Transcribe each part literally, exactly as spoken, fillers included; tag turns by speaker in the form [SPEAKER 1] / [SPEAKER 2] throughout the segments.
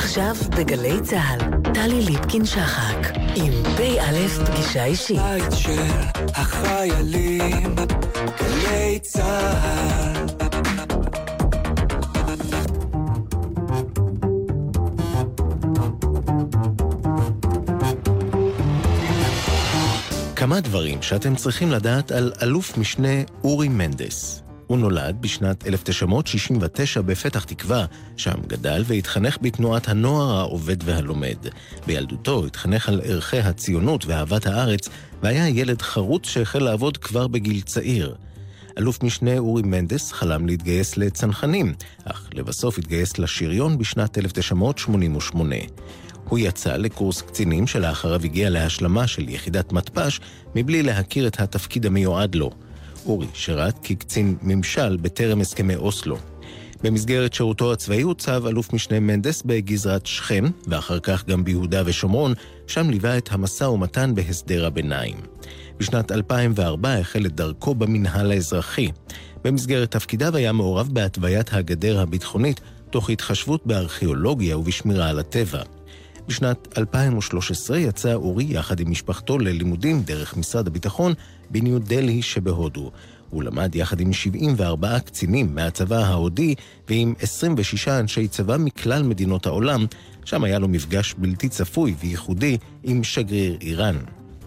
[SPEAKER 1] עכשיו בגלי צהל, טלי ליפקין שחק, עם פי א' פגישה אישית.
[SPEAKER 2] בית של החיילים, גלי צהל.
[SPEAKER 3] כמה דברים שאתם צריכים לדעת על אלוף משנה אורי מנדס. הוא נולד בשנת אלף תשע מאות שישים ותשע בפתח תקווה, שם גדל והתחנך בתנועת הנוער העובד והלומד. בילדותו התחנך על ערכי הציונות ואהבת הארץ, והיה ילד חרוץ שהחל לעבוד כבר בגיל צעיר. אלוף משנה אורי מנדס חלם להתגייס לצנחנים, אך לבסוף התגייס לשריון בשנת אלף תשע מאות שמונים ושמונה. הוא יצא לקורס קצינים שלאחריו הגיע להשלמה של יחידת מטפש, מבלי להכיר את התפקיד המיועד לו. אורי שירת כקצין ממשל בטרם הסכמי אוסלו. במסגרת שירותו הצבאי הוצב אלוף משנה מנדס בגזרת שכם, ואחר כך גם ביהודה ושומרון, שם ליווה את המשא ומתן בהסדר הביניים. בשנת אלפיים וארבע החל את דרכו במנהל האזרחי. במסגרת תפקידיו היה מעורב בהתוויית הגדר הביטחונית, תוך התחשבות בארכיאולוגיה ובשמירה על הטבע. בשנת אלפיים ושלוש עשרה יצא אורי יחד עם משפחתו ללימודים דרך משרד הביטחון בניו דלהי שבהודו. הוא למד יחד עם שבעים וארבעה קצינים מהצבא ההודי ועם עשרים ושישה אנשי צבא מכלל מדינות העולם, שם היה לו מפגש בלתי צפוי וייחודי עם שגריר איראן.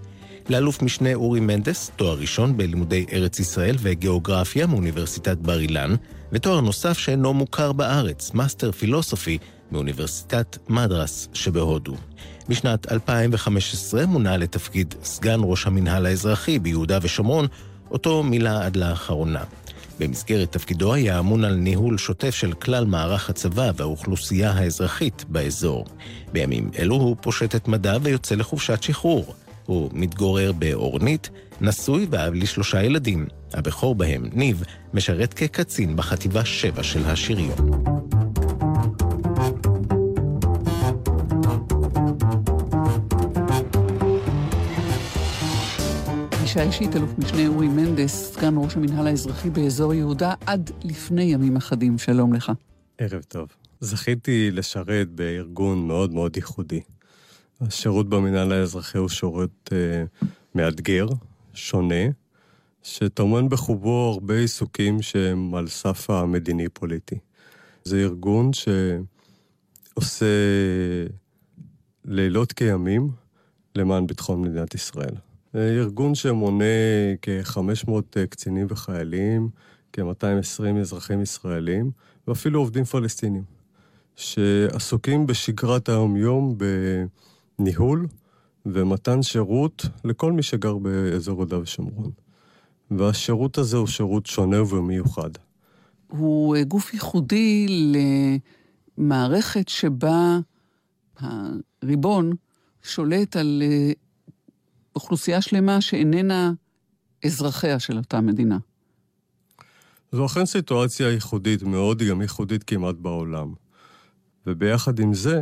[SPEAKER 3] לאלוף משנה אורי מנדס תואר ראשון בלימודי ארץ ישראל וגיאוגרפיה מאוניברסיטת בר אילן, ותואר נוסף שאינו מוכר בארץ, מאסטר פילוסופי, מאוניברסיטת מדרס שבהודו. בשנת אלפיים וחמש עשרה מונה לתפקיד סגן ראש המנהל האזרחי ביהודה ושומרון, אותו מילא עד לאחרונה. במסגרת תפקידו היה אמון על ניהול שוטף של כלל מערך הצבא והאוכלוסייה האזרחית באזור. בימים אלו הוא פושט את מדיו ויוצא לחופשת שחרור. הוא מתגורר באורנית, נשוי ואב לשלושה ילדים. הבכור בהם, ניב, משרת כקצין בחטיבה שבע של השריון.
[SPEAKER 4] פגישה אישית, אלוף משנה אורי מנדס, סגן ראש המנהל האזרחי באזור יהודה, עד לפני ימים אחדים. שלום לך.
[SPEAKER 5] ערב טוב. זכיתי לשרת בארגון מאוד מאוד ייחודי. השירות במנהל האזרחי הוא שירות אה, מאתגר, שונה, שטומן בחובו הרבה עיסוקים שהם על סף המדיני-פוליטי. זה ארגון שעושה לילות כימים למען ביטחון מדינת ישראל. ארגון שמונה כ-חמש מאות קצינים וחיילים, כ-מאתיים ועשרים אזרחים ישראלים, ואפילו עובדים פלסטינים, שעסוקים בשגרת היום-יום בניהול ומתן שירות לכל מי שגר באזור יהודה ושומרון. והשירות הזה הוא שירות שונה ומיוחד.
[SPEAKER 4] הוא גוף ייחודי למערכת שבה הריבון שולט על אוכלוסייה שלמה שאיננה אזרחיה של אותה מדינה.
[SPEAKER 5] זו אכן סיטואציה ייחודית מאוד, גם ייחודית כמעט בעולם. וביחד עם זה,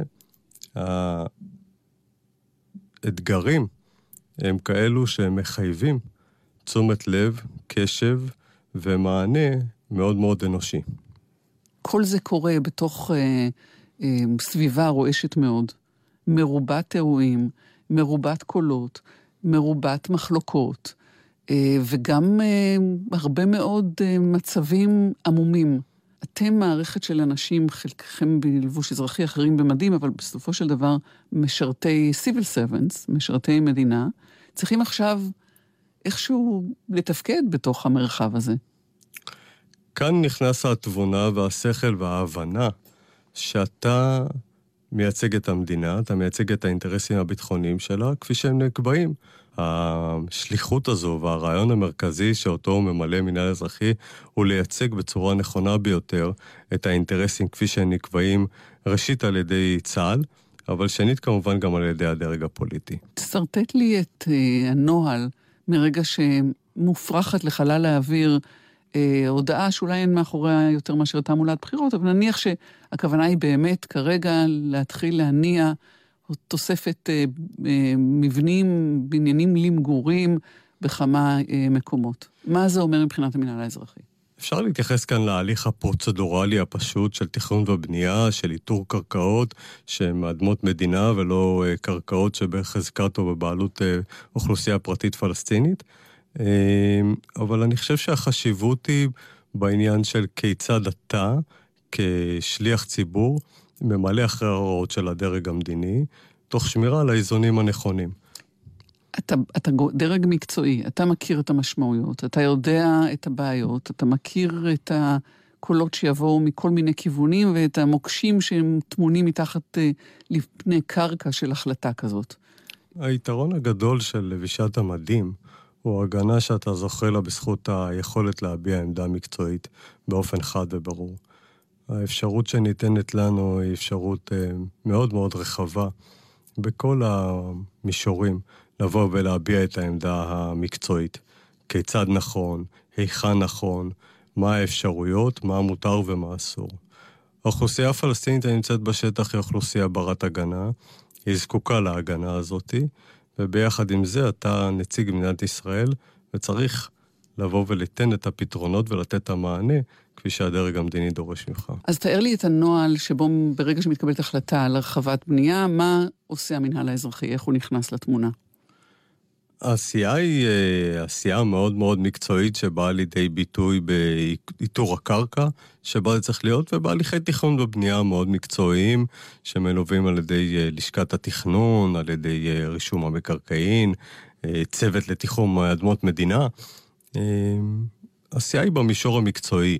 [SPEAKER 5] האתגרים הם כאלו שהם מחייבים תשומת לב, קשב ומענה מאוד מאוד אנושי.
[SPEAKER 4] כל זה קורה בתוך אה, אה, סביבה רועשת מאוד, מרובת אירועים, מרובת קולות, מרובת מחלוקות, וגם הרבה מאוד מצבים עמומים. אתם מערכת של אנשים, חלקכם בלבוש אזרחי, אחרים במדים, אבל בסופו של דבר משרתי civil servants, משרתי מדינה, צריכים עכשיו איכשהו לתפקד בתוך המרחב הזה.
[SPEAKER 5] כאן נכנס התבונה והשכל וההבנה שאתה מייצג את המדינה, אתה מייצג את האינטרסים הביטחוניים שלה, כפי שהם נקבעים. השליחות הזו והרעיון המרכזי שאותו ממלא מנהל אזרחי, הוא לייצג בצורה נכונה ביותר את האינטרסים כפי שהם נקבעים, ראשית על ידי צה"ל, אבל שנית כמובן גם על ידי הדרג הפוליטי.
[SPEAKER 4] תסרטט לי את uh, הנוהל מרגע שמופרחת לחלל האוויר, הודעה שאולי אין מאחוריה יותר מאשר תעמולת בחירות, אבל נניח שהכוונה היא באמת כרגע להתחיל להניע תוספת מבנים, בניינים למגורים בכמה מקומות. מה זה אומר מבחינת המנהל האזרחי?
[SPEAKER 5] אפשר להתייחס כאן להליך הפרוצדורלי הפשוט של תכנון ובנייה, של איתור קרקעות שהן אדמות מדינה ולא קרקעות שבחזקת או בבעלות אוכלוסייה פרטית פלסטינית. אבל אני חושב שהחשיבות היא בעניין של כיצד אתה, כשליח ציבור, ממלא אחרי ההוראות של הדרג המדיני, תוך שמירה על האיזונים הנכונים.
[SPEAKER 4] אתה, אתה דרג מקצועי, אתה מכיר את המשמעויות, אתה יודע את הבעיות, אתה מכיר את הקולות שיבואו מכל מיני כיוונים, ואת המוקשים שהם תמונים מתחת לפני קרקע של החלטה כזאת.
[SPEAKER 5] היתרון הגדול של לבישת המדים, הוא הגנה שאתה זוכה לה בזכות היכולת להביע עמדה מקצועית באופן חד וברור. האפשרות שניתנת לנו היא אפשרות מאוד מאוד רחבה בכל המישורים לבוא ולהביע את העמדה המקצועית. כיצד נכון, היכן נכון, מה האפשרויות, מה מותר ומה אסור. האוכלוסייה הפלסטינית הנמצאת בשטח היא אוכלוסייה ברת הגנה, היא זקוקה להגנה הזאת, וביחד עם זה אתה נציג מדינת ישראל, וצריך לבוא וליתן את הפתרונות ולתת את המענה, כפי שהדרג המדיני דורש ממך.
[SPEAKER 4] אז תאר לי את הנוהל שבו ברגע שמתקבלת החלטה על הרחבת בנייה, מה עושה המנהל האזרחי? איך הוא נכנס לתמונה?
[SPEAKER 5] העשייה היא עשייה מאוד מאוד מקצועית שבאה לידי ביטוי באיתור הקרקע, שבה זה צריך להיות, ובהליכי תכנון ובנייה מאוד מקצועיים, שמלווים על ידי לשכת התכנון, על ידי רישום המקרקעין, צוות לתיחום אדמות מדינה. העשייה היא במישור המקצועי.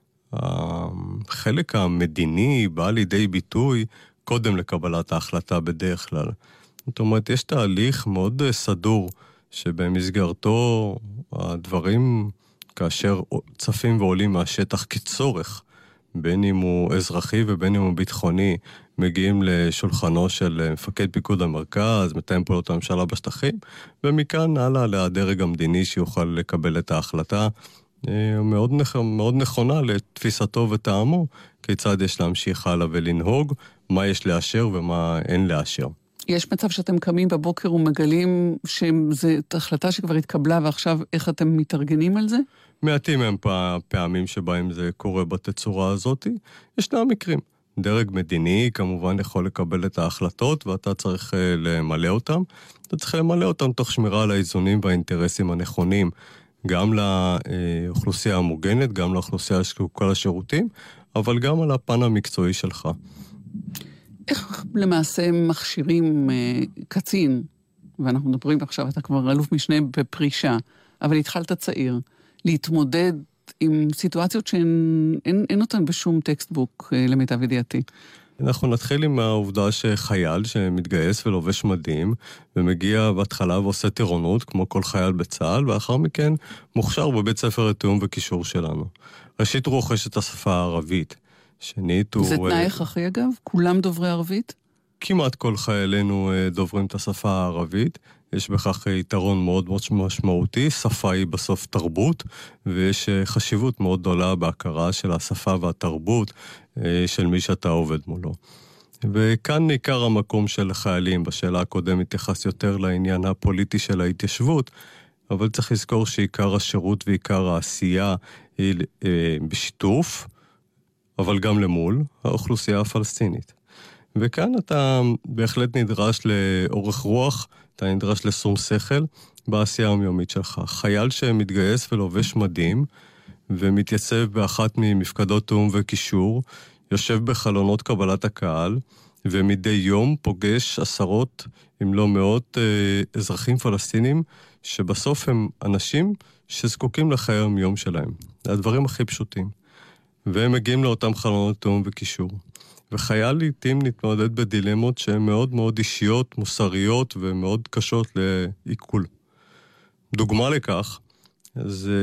[SPEAKER 5] החלק המדיני בא לידי ביטוי קודם לקבלת ההחלטה בדרך כלל. זאת אומרת, יש תהליך מאוד סדור, שבמסגרתו הדברים, כאשר צפים ועולים מהשטח כצורך, בין אם הוא אזרחי ובין אם הוא ביטחוני, מגיעים לשולחנו של מפקד פיקוד המרכז, מתאם פעולות הממשלה בשטחים, ומכאן הלאה לדרג המדיני שיוכל לקבל את ההחלטה, מאוד, מאוד נכונה לתפיסתו וטעמו, כיצד יש להמשיך הלאה ולנהוג, מה יש לאשר ומה אין לאשר.
[SPEAKER 4] יש מצב שאתם קמים בבוקר ומגלים שזו החלטה שכבר התקבלה, ועכשיו איך אתם מתארגנים על זה?
[SPEAKER 5] מעטים הם פעמים שבהם זה קורה בתצורה הזאת. ישנם מקרים. דרג מדיני כמובן יכול לקבל את ההחלטות, ואתה צריך למלא אותם. אתה צריך למלא אותם תוך שמירה על האיזונים והאינטרסים הנכונים, גם לאוכלוסייה המוגנת, גם לאוכלוסייה שזקוקה לשירותים, אבל גם על הפן המקצועי שלך.
[SPEAKER 4] איך למעשה מכשירים קצין, ואנחנו מדברים עכשיו, אתה כבר אלוף משנה בפרישה, אבל התחלת צעיר, להתמודד עם סיטואציות שאין אין, אין אותן בשום טקסטבוק למיטב ידיעתי.
[SPEAKER 5] אנחנו נתחיל עם העובדה שחייל שמתגייס ולובש מדים, ומגיע בהתחלה ועושה טירונות, כמו כל חייל בצה"ל, ואחר מכן מוכשר בבית ספר לתיאום וקישור שלנו. ראשית הוא רוכש את השפה הערבית. שנית הוא...
[SPEAKER 4] זה תנאי הכרחי אגב? כולם דוברי ערבית?
[SPEAKER 5] כמעט כל חיילינו דוברים את השפה הערבית. יש בכך יתרון מאוד מאוד משמעותי. שפה היא בסוף תרבות, ויש חשיבות מאוד גדולה בהכרה של השפה והתרבות של מי שאתה עובד מולו. וכאן עיקר המקום של החיילים. בשאלה הקודמת התייחס יותר לעניין הפוליטי של ההתיישבות, אבל צריך לזכור שעיקר השירות ועיקר העשייה היא בשיתוף, אבל גם למול האוכלוסייה הפלסטינית. וכאן אתה בהחלט נדרש לאורך רוח, אתה נדרש לשום שכל בעשייה היומיומית שלך. חייל שמתגייס ולובש מדים, ומתייצב באחת ממפקדות תאום וקישור, יושב בחלונות קבלת הקהל, ומדי יום פוגש עשרות, אם לא מאות, אזרחים פלסטינים, שבסוף הם אנשים שזקוקים לחיי היום שלהם. זה הדברים הכי פשוטים. והם מגיעים לאותם חלונות תאום וקישור. וחייל לעתים נתמודד בדילמות שהן מאוד מאוד אישיות, מוסריות ומאוד קשות לעיכול. דוגמה לכך, זה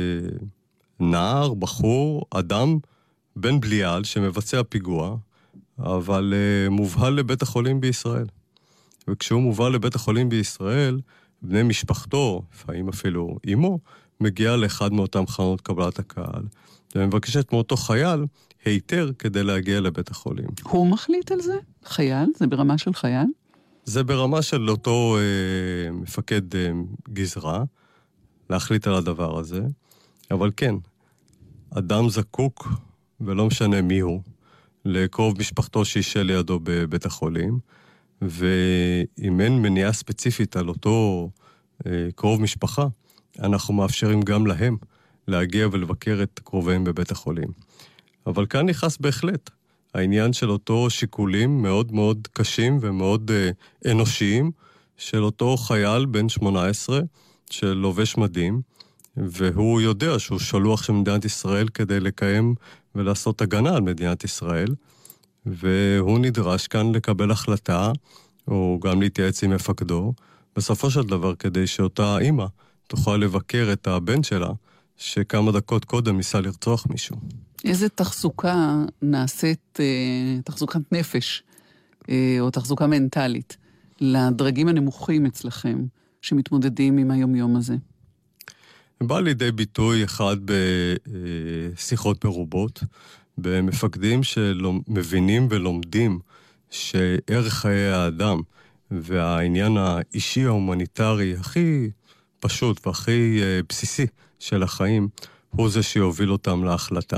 [SPEAKER 5] נער, בחור, אדם, בן בליעל שמבצע פיגוע, אבל מובהל לבית החולים בישראל. וכשהוא מובהל לבית החולים בישראל, בני משפחתו, לפעמים אפילו אמו, מגיע לאחד מאותם חלונות קבלת הקהל, ומבקשת מאותו חייל היתר כדי להגיע לבית החולים.
[SPEAKER 4] הוא מחליט על זה? חייל? זה ברמה של חייל?
[SPEAKER 5] זה ברמה של אותו אה, מפקד אה, גזרה, להחליט על הדבר הזה. אבל כן, אדם זקוק, ולא משנה מי הוא, לקרוב משפחתו שישאל לידו בבית החולים, ואם אין מניעה ספציפית על אותו אה, קרוב משפחה, אנחנו מאפשרים גם להם להגיע ולבקר את קרוביהם בבית החולים. אבל כאן נכנס בהחלט העניין של אותו שיקולים מאוד מאוד קשים ומאוד אה, אנושיים, של אותו חייל בן שמונה עשרה של לובש מדים, והוא יודע שהוא שלוח של מדינת ישראל כדי לקיים ולעשות הגנה על מדינת ישראל, והוא נדרש כאן לקבל החלטה, או גם להתייעץ עם מפקדו, בסופו של דבר כדי שאותה אימא תוכל לבקר את הבן שלה, שכמה דקות קודם ניסה לרצוח מישהו.
[SPEAKER 4] איזה תחזוקה נעשית, תחזוקת נפש, או תחזוקה מנטלית, לדרגים הנמוכים אצלכם, שמתמודדים עם היום-יום הזה?
[SPEAKER 5] בא לידי ביטוי אחד בשיחות מרובות, במפקדים שמבינים ולומדים שערך חיי האדם והעניין האישי ההומניטרי הכי פשוט והכי בסיסי של החיים, הוא זה שיוביל אותם להחלטה.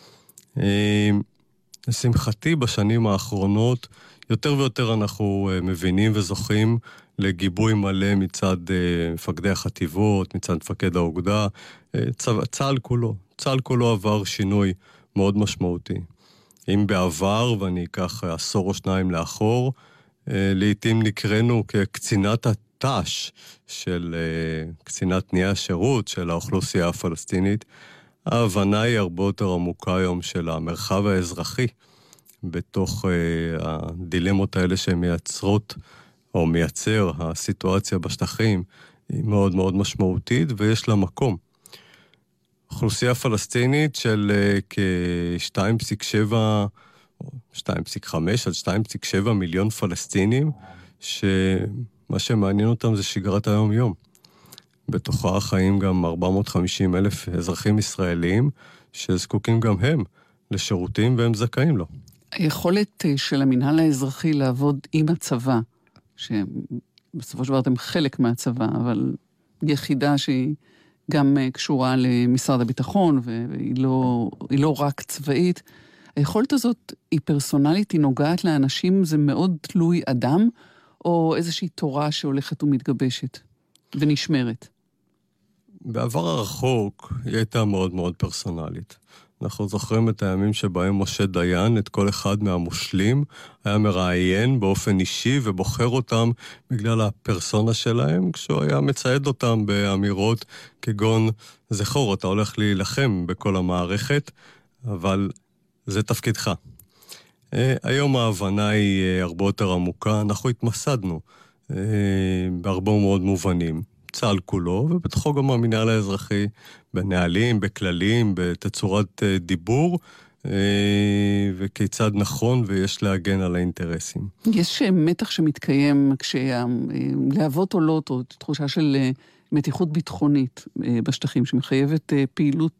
[SPEAKER 5] לשמחתי בשנים האחרונות, יותר ויותר אנחנו מבינים וזוכים לגיבוי מלא מצד מפקדי החטיבות, מצד מפקד האוגדה, צה"ל כולו. צה"ל כולו עבר שינוי מאוד משמעותי. אם בעבר, ואני אקח עשור או שניים לאחור, לעתים נקראנו כקצינת הת"ש של קצינת תנאי השירות של האוכלוסייה הפלסטינית, ההבנה היא הרבה יותר עמוקה היום של המרחב האזרחי, בתוך הדילמות האלה שהן מייצרות, או מייצר הסיטואציה בשטחים, היא מאוד מאוד משמעותית, ויש לה מקום. אוכלוסייה פלסטינית של כ-שתיים נקודה שבע, שתיים נקודה חמש עד שתיים נקודה שבע מיליון פלסטינים, שמה שמעניין אותם זה שגרת היום-יום. בתוכה חיים גם ארבע מאות וחמישים אלף אזרחים ישראלים, שזקוקים גם הם לשירותים והם זכאים לו.
[SPEAKER 4] היכולת של המנהל האזרחי לעבוד עם הצבא, שבסופו של דבר אתם חלק מהצבא, אבל יחידה שהיא גם קשורה למשרד הביטחון, והיא לא, היא לא רק צבאית, היכולת הזאת היא פרסונלית, היא נוגעת לאנשים, זה מאוד תלוי אדם, או איזושהי תורה שהולכת ומתגבשת ונשמרת?
[SPEAKER 5] בעבר הרחוק היא הייתה מאוד מאוד פרסונלית. אנחנו זוכרים את הימים שבהם משה דיין, את כל אחד מהמושלים, היה מראיין באופן אישי ובוחר אותם בגלל הפרסונה שלהם, כשהוא היה מצייד אותם באמירות כגון, זכור, אתה הולך להילחם בכל המערכת, אבל זה תפקידך. היום ההבנה היא הרבה יותר עמוקה, אנחנו התמסדנו בהרבה מאוד מובנים. צה"ל כולו, ובתוכו גם המנהל האזרחי, בנהלים, בכללים, בתצורת דיבור, וכיצד נכון ויש להגן על האינטרסים.
[SPEAKER 4] יש מתח שמתקיים כשלהבות עולות, או תחושה של מתיחות ביטחונית בשטחים, שמחייבת פעילות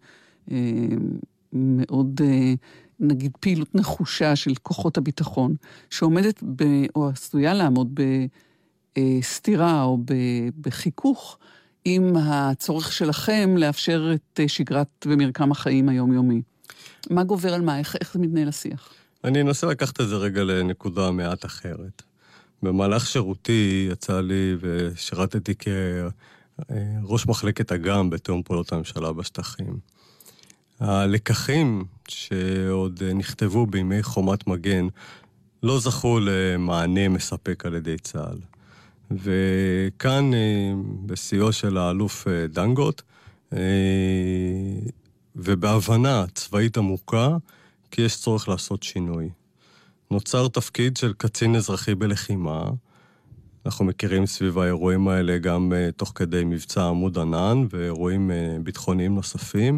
[SPEAKER 4] מאוד, נגיד, פעילות נחושה של כוחות הביטחון, שעומדת ב, או עשויה לעמוד ב... סתירה או בחיכוך עם הצורך שלכם לאפשר את שגרת ומרקם החיים היומיומי. מה גובר על מה? איך, איך זה מתנהל השיח?
[SPEAKER 5] אני אנסה לקחת את זה רגע לנקודה מעט אחרת. במהלך שירותי יצא לי ושירתתי כראש מחלקת אג"ם בתיאום פעולות הממשלה בשטחים. הלקחים שעוד נכתבו בימי חומת מגן לא זכו למענה מספק על ידי צה"ל. וכאן, בסיוע של האלוף דנגוט, ובהבנה צבאית עמוקה, כי יש צורך לעשות שינוי. נוצר תפקיד של קצין אזרחי בלחימה, אנחנו מכירים סביב האירועים האלה גם תוך כדי מבצע עמוד ענן, ואירועים ביטחוניים נוספים,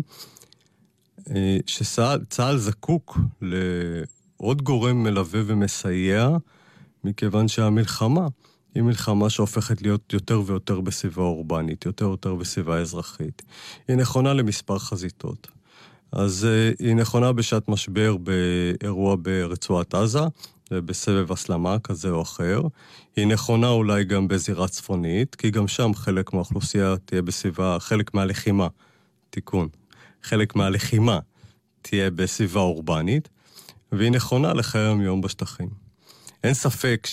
[SPEAKER 5] שצה"ל זקוק לעוד גורם מלווה ומסייע, מכיוון שהמלחמה, היא מלחמה שהופכת להיות יותר ויותר בסביבה אורבנית, יותר ויותר בסביבה אזרחית. היא נכונה למספר חזיתות. אז היא נכונה בשעת משבר באירוע ברצועת עזה, בסבב הסלמה כזה או אחר. היא נכונה אולי גם בזירה צפונית, כי גם שם חלק מהאוכלוסייה תהיה בסביבה, חלק מהלחימה, תיקון. חלק מהלחימה תהיה בסביבה אורבנית, והיא נכונה לחיי היום בשטחים. אין ספק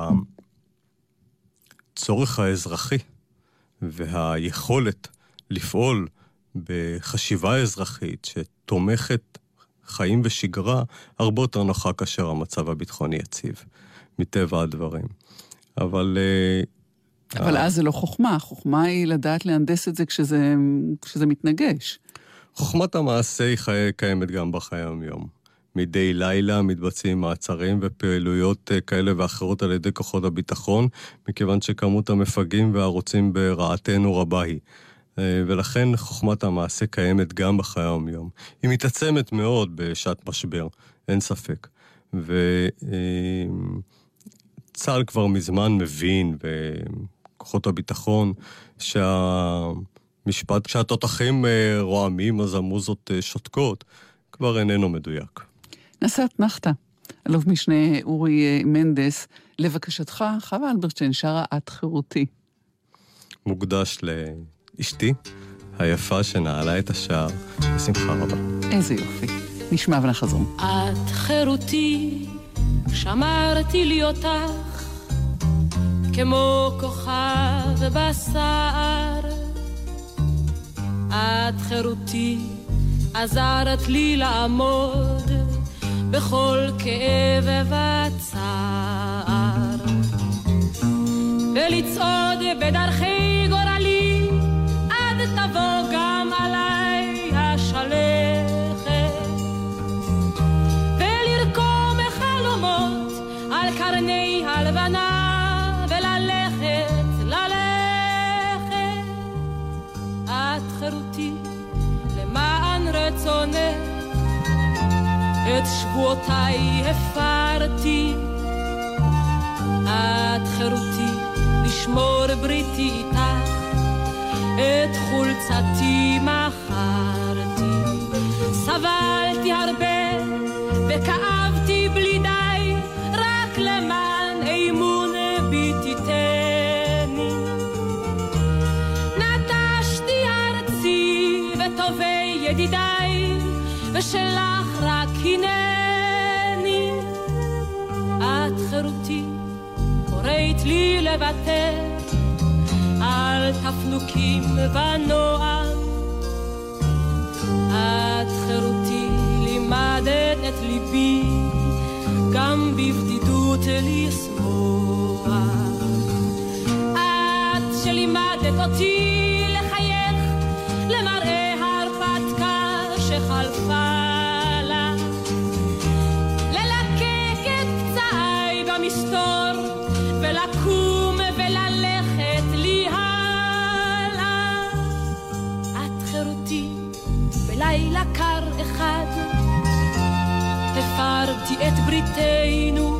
[SPEAKER 5] שהצורך האזרחי והיכולת לפעול בחשיבה אזרחית שתומכת חיים ושגרה הרבה יותר נוחה כאשר המצב הביטחוני יציב, מטבע הדברים. אבל...
[SPEAKER 4] אבל אז זה לא חוכמה, חוכמה היא לדעת להנדס את זה כשזה, כשזה מתנגש.
[SPEAKER 5] חוכמת המעשה היא חיי, קיימת גם בחיי היום. מדי לילה מתבצעים מעצרים ופעילויות כאלה ואחרות על ידי כוחות הביטחון, מכיוון שכמות המפגעים והרוצים ברעתנו רבה היא. ולכן חוכמת המעשה קיימת גם בחיי היום. היא מתעצמת מאוד בשעת משבר, אין ספק. וצה"ל כבר מזמן מבין, וכוחות הביטחון, שהמשפט, כשהתותחים רועמים, אז המוזות שותקות, כבר איננו מדויק.
[SPEAKER 4] נשאת נחתה, אלוף משנה אורי מנדס, לבקשתך, חווה אלברשטיין שרה את חירותי.
[SPEAKER 5] מוקדש לאשתי, היפה שנעלה את השער, בשמחה רבה.
[SPEAKER 4] איזה יופי. נשמע ונחזור.
[SPEAKER 6] את חירותי, שמרתי לי אותך, כמו כוכב בשר. את חירותי, עזרת לי לעמוד בכל כאב וצער, ולצעוד בדרכי גורלי, עד תבוא גם עליי השלכת, ולרקום חלומות על קרני הלבנה, וללכת, ללכת. את חירותי, למען רצונך, את שבועותיי הפרתי. את חירותי, לשמור בריתי איתך, את חולצתי מכרתי. סבלתי הרבה וכאבתי בלי די, רק למען אמון בי תיתני. נטשתי ארצי וטובי ידידיי, ושלך רק הנני. את חירותי, קוראת לי לוותר על תפנוקים ונועם. את חירותי, לימדת את ליבי גם בבדידות לשמוח. את שלימדת אותי לחייך למראה הרפתקה שחלפה לה, ללקק את פצעי במסתור ולקום וללכת לי הלאה. את חירותי, בלילה קר אחד הפרתי את בריתנו,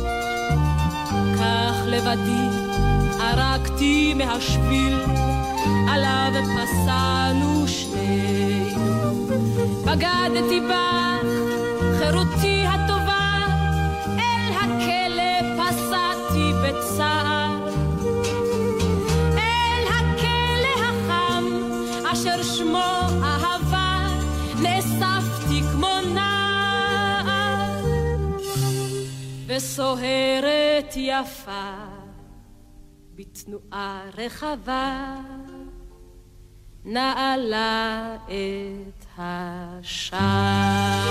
[SPEAKER 6] כך לבדי ערקתי מהשביל עליו פסענו שנינו. בגדתי בך חירותי הטובה, אל הכלא פסעתי בצער, אל הכלא החם אשר שמו אהבה, נאספתי כמו נער, וסוהרת יפה בתנועה רחבה נעלה את השער.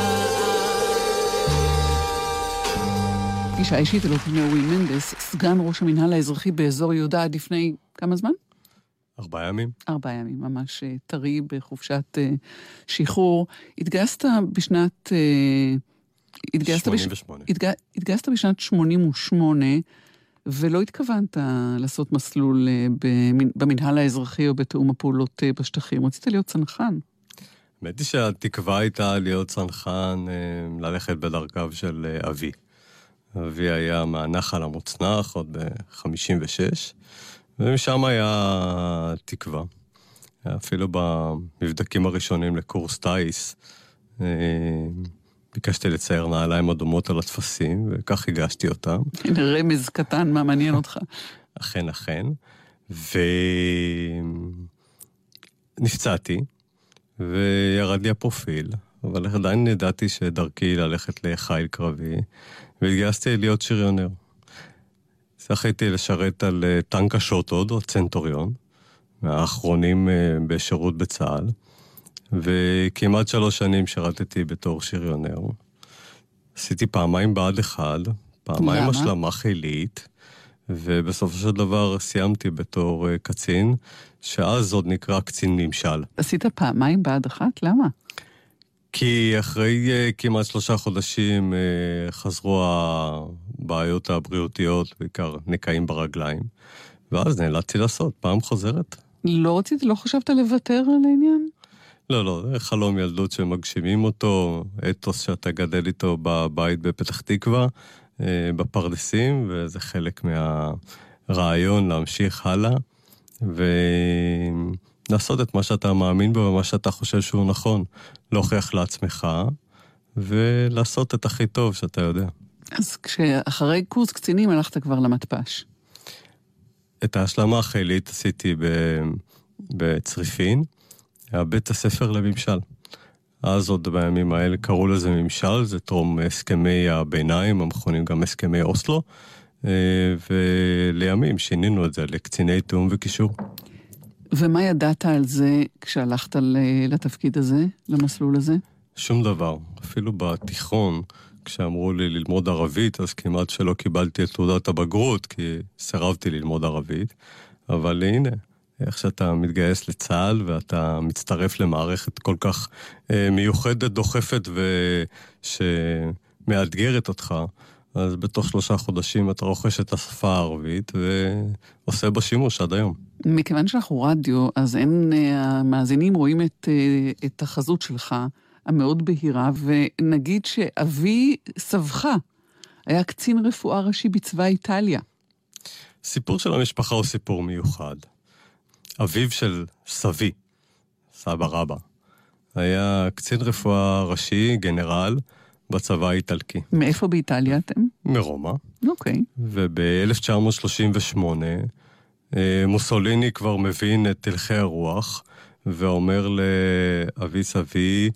[SPEAKER 4] פגישה אישית אלוף משנה אורי מנדס, סגן ראש המינהל האזרחי באזור יהודה עד לפני כמה זמן?
[SPEAKER 5] ארבעה ימים.
[SPEAKER 4] ארבעה ימים, ממש טרי בחופשת שחרור. התגייסת בשנת... התגייסת
[SPEAKER 5] שמונים ושמונה.
[SPEAKER 4] בש... התג... התגייסת בשנת שמונים ושמונה, ולא התכוונת לעשות מסלול במנהל האזרחי או בתאום הפעולות בשטחים. רצית להיות צנחן.
[SPEAKER 5] האמת היא שהתקווה הייתה להיות צנחן, ללכת בדרכיו של אבי. אבי היה מהנחל המוצנח עוד ב-חמישים ושש, ומשם היה תקווה. אפילו במבדקים הראשונים לקורס טייס, ביקשתי לצייר נעליים אדומות על התפסים, וכך הגשתי אותם.
[SPEAKER 4] רמז קטן, מה מעניין אותך?
[SPEAKER 5] אכן, אכן. ונפצעתי, וירד לי הפרופיל, אבל עדיין ידעתי שדרכי ללכת לחיל קרבי, והתגייסתי להיות שריונר. זכיתי לשרת על טנק השוטוד, או צנטוריון, מהאחרונים בשירות בצה"ל, וכמעט שלוש שנים שרתתי בתור שריונר. עשיתי פעמיים בעד אחד, פעמיים
[SPEAKER 4] למה?
[SPEAKER 5] השלמה חילית, ובסופו של דבר סיימתי בתור קצין, שאז עוד נקרא קצין ממשל.
[SPEAKER 4] עשית פעמיים בעד אחת? למה?
[SPEAKER 5] כי אחרי uh, כמעט שלושה חודשים uh, חזרו הבעיות הבריאותיות, בעיקר נקעים ברגליים, ואז נאלצתי לעשות פעם חוזרת.
[SPEAKER 4] לא רצית, לא חשבת לוותר על העניין?
[SPEAKER 5] לא, לא, זה חלום ילדות שמגשימים אותו, אתוס שאתה גדל איתו בבית בפתח תקווה, uh, בפרדסים, וזה חלק מהרעיון להמשיך הלאה, ולעשות את מה שאתה מאמין בו ומה שאתה חושב שהוא נכון. להוכיח לעצמך, ולעשות את הכי טוב שאתה יודע.
[SPEAKER 4] אז כשאחרי קורס קצינים הלכת כבר למתפ"ש.
[SPEAKER 5] את ההשלמה החילית עשיתי בצריפין, בית הספר לממשל. אז עוד בימים האלה קראו לזה ממשל, זה טרום הסכמי הביניים, המכונים גם הסכמי אוסלו, ולימים שינינו את זה לקציני תאום וקישור.
[SPEAKER 4] ומה ידעת על זה כשהלכת לתפקיד הזה, למסלול הזה?
[SPEAKER 5] שום דבר. אפילו בתיכון, כשאמרו לי ללמוד ערבית, אז כמעט שלא קיבלתי את תעודת הבגרות, כי סירבתי ללמוד ערבית. אבל הנה, איך שאתה מתגייס לצה"ל, ואתה מצטרף למערכת כל כך אה, מיוחדת, דוחפת, ושמאתגרת אותך, אז בתוך שלושה חודשים אתה רוכש את השפה הערבית, ועושה בה שימוש עד היום.
[SPEAKER 4] מכיוון שאנחנו רדיו, אז אין, המאזינים רואים את, את החזות שלך, המאוד בהירה, ונגיד שאבי סבך היה קצין רפואה ראשי בצבא איטליה.
[SPEAKER 5] סיפור של המשפחה הוא סיפור מיוחד. אביו של סבי, סבא רבא, היה קצין רפואה ראשי, גנרל, בצבא האיטלקי.
[SPEAKER 4] מאיפה באיטליה אתם?
[SPEAKER 5] מרומא.
[SPEAKER 4] אוקיי.
[SPEAKER 5] וב-אלף תשע מאות שלושים ושמונה, מוסוליני כבר מבין את הלכי הרוח, ואומר לאבי סבי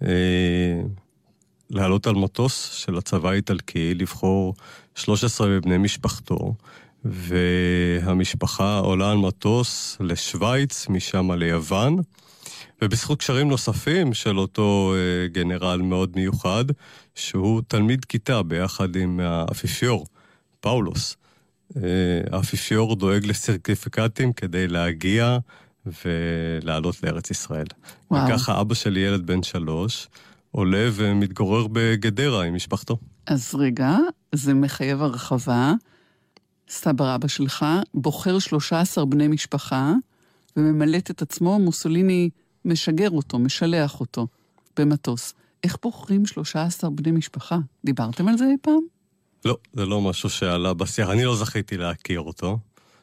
[SPEAKER 5] לעלות על מטוס של הצבא האיטלקי, לבחור שלושה עשר מבני משפחתו, והמשפחה עולה על מטוס לשוויץ, משם ליוון, ובזכות קשרים נוספים של אותו גנרל מאוד מיוחד, שהוא תלמיד כיתה ביחד עם האפיפיור, פאולוס. האפיפיור דואג לסרטיפיקטים כדי להגיע ולעלות לארץ ישראל. וואו. וככה אבא שלי, ילד בן שלוש, עולה ומתגורר בגדרה עם משפחתו.
[SPEAKER 4] אז רגע, זה מחייב הרחבה. סבא רבא שלך בוחר שלושה עשר בני משפחה, וממלט את עצמו, מוסוליני משגר אותו, משלח אותו במטוס. איך בוחרים שלושה עשר בני משפחה? דיברתם על זה אי פעם?
[SPEAKER 5] לא, זה לא משהו שעלה בשיח. אני לא זכיתי להכיר אותו.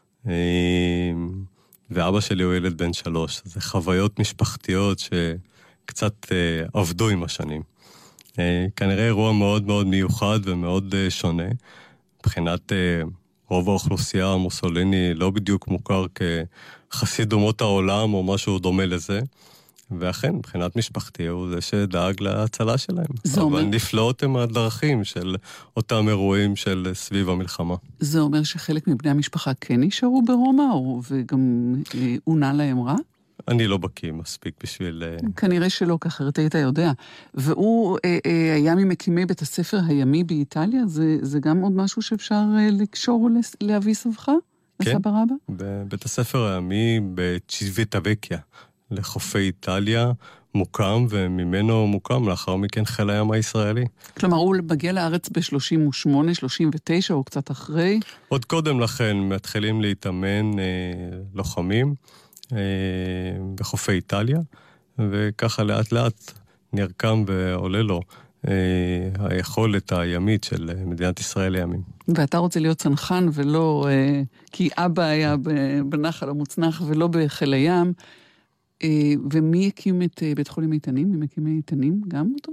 [SPEAKER 5] ואבא שלי הוא ילד בן שלוש. זה חוויות משפחתיות שקצת עבדו עם השנים. כנראה אירוע מאוד מאוד מיוחד ומאוד שונה. מבחינת רוב האוכלוסייה המוסוליני לא בדיוק מוכר כחסיד אומות העולם או משהו דומה לזה. ואכן, מבחינת משפחתי, הוא זה שדאג להצלה שלהם. אבל אומר... נפלאות הם הדרכים של אותם אירועים של סביב המלחמה. זה
[SPEAKER 4] אומר שחלק מבני המשפחה כן נשארו ברומא, או וגם עונה להם רע?
[SPEAKER 5] אני לא בקיא מספיק בשביל...
[SPEAKER 4] כנראה שלא, ככה היית יודע. והוא אה, אה, היה ממקימי בית הספר הימי באיטליה, זה, זה גם עוד משהו שאפשר אה, לקשור לאבי סבך?
[SPEAKER 5] כן, בבית הספר הימי בצ'יוויטה-וקיה. לחופי איטליה מוקם, וממנו מוקם לאחר מכן חיל הים הישראלי.
[SPEAKER 4] כלומר, הוא מגיע לארץ ב-שלושים ושמונה, שלושים ותשע, או קצת אחרי?
[SPEAKER 5] עוד קודם לכן מתחילים להתאמן אה, לוחמים אה, בחופי איטליה, וככה לאט לאט נרקם ועולה לו אה, היכולת הימית של מדינת ישראל לימים.
[SPEAKER 4] ואתה רוצה להיות צנחן ולא, אה, כי אבא היה בנחל המוצנח ולא בחיל הים, ומי הקים את בית חולים איתנים? מי הקים איתנים? גם אותו?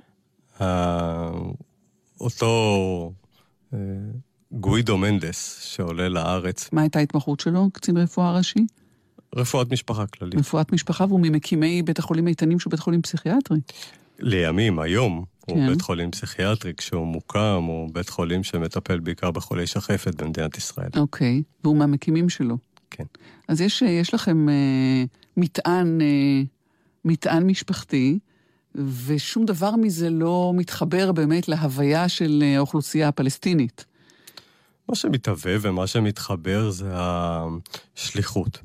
[SPEAKER 5] אותו גוידו מנדס שעולה לארץ.
[SPEAKER 4] מה הייתה ההתמחות שלו? קצין רפואה ראשי?
[SPEAKER 5] רפואת משפחה כללית.
[SPEAKER 4] רפואת משפחה, והוא ממקימי בית החולים איתנים שהוא בית חולים פסיכיאטרי.
[SPEAKER 5] לימים, היום,
[SPEAKER 4] כן.
[SPEAKER 5] הוא בית חולים פסיכיאטרי, כשהוא מוקם, הוא בית חולים שמטפל בעיקר בחולי שחפת במדינת ישראל.
[SPEAKER 4] אוקיי, והוא מהמקימים שלו.
[SPEAKER 5] כן.
[SPEAKER 4] אז יש, יש לכם אה, מטען, אה, מטען משפחתי, ושום דבר מזה לא מתחבר באמת להוויה של האוכלוסייה הפלסטינית.
[SPEAKER 5] מה שמתהווה ומה שמתחבר זה השליחות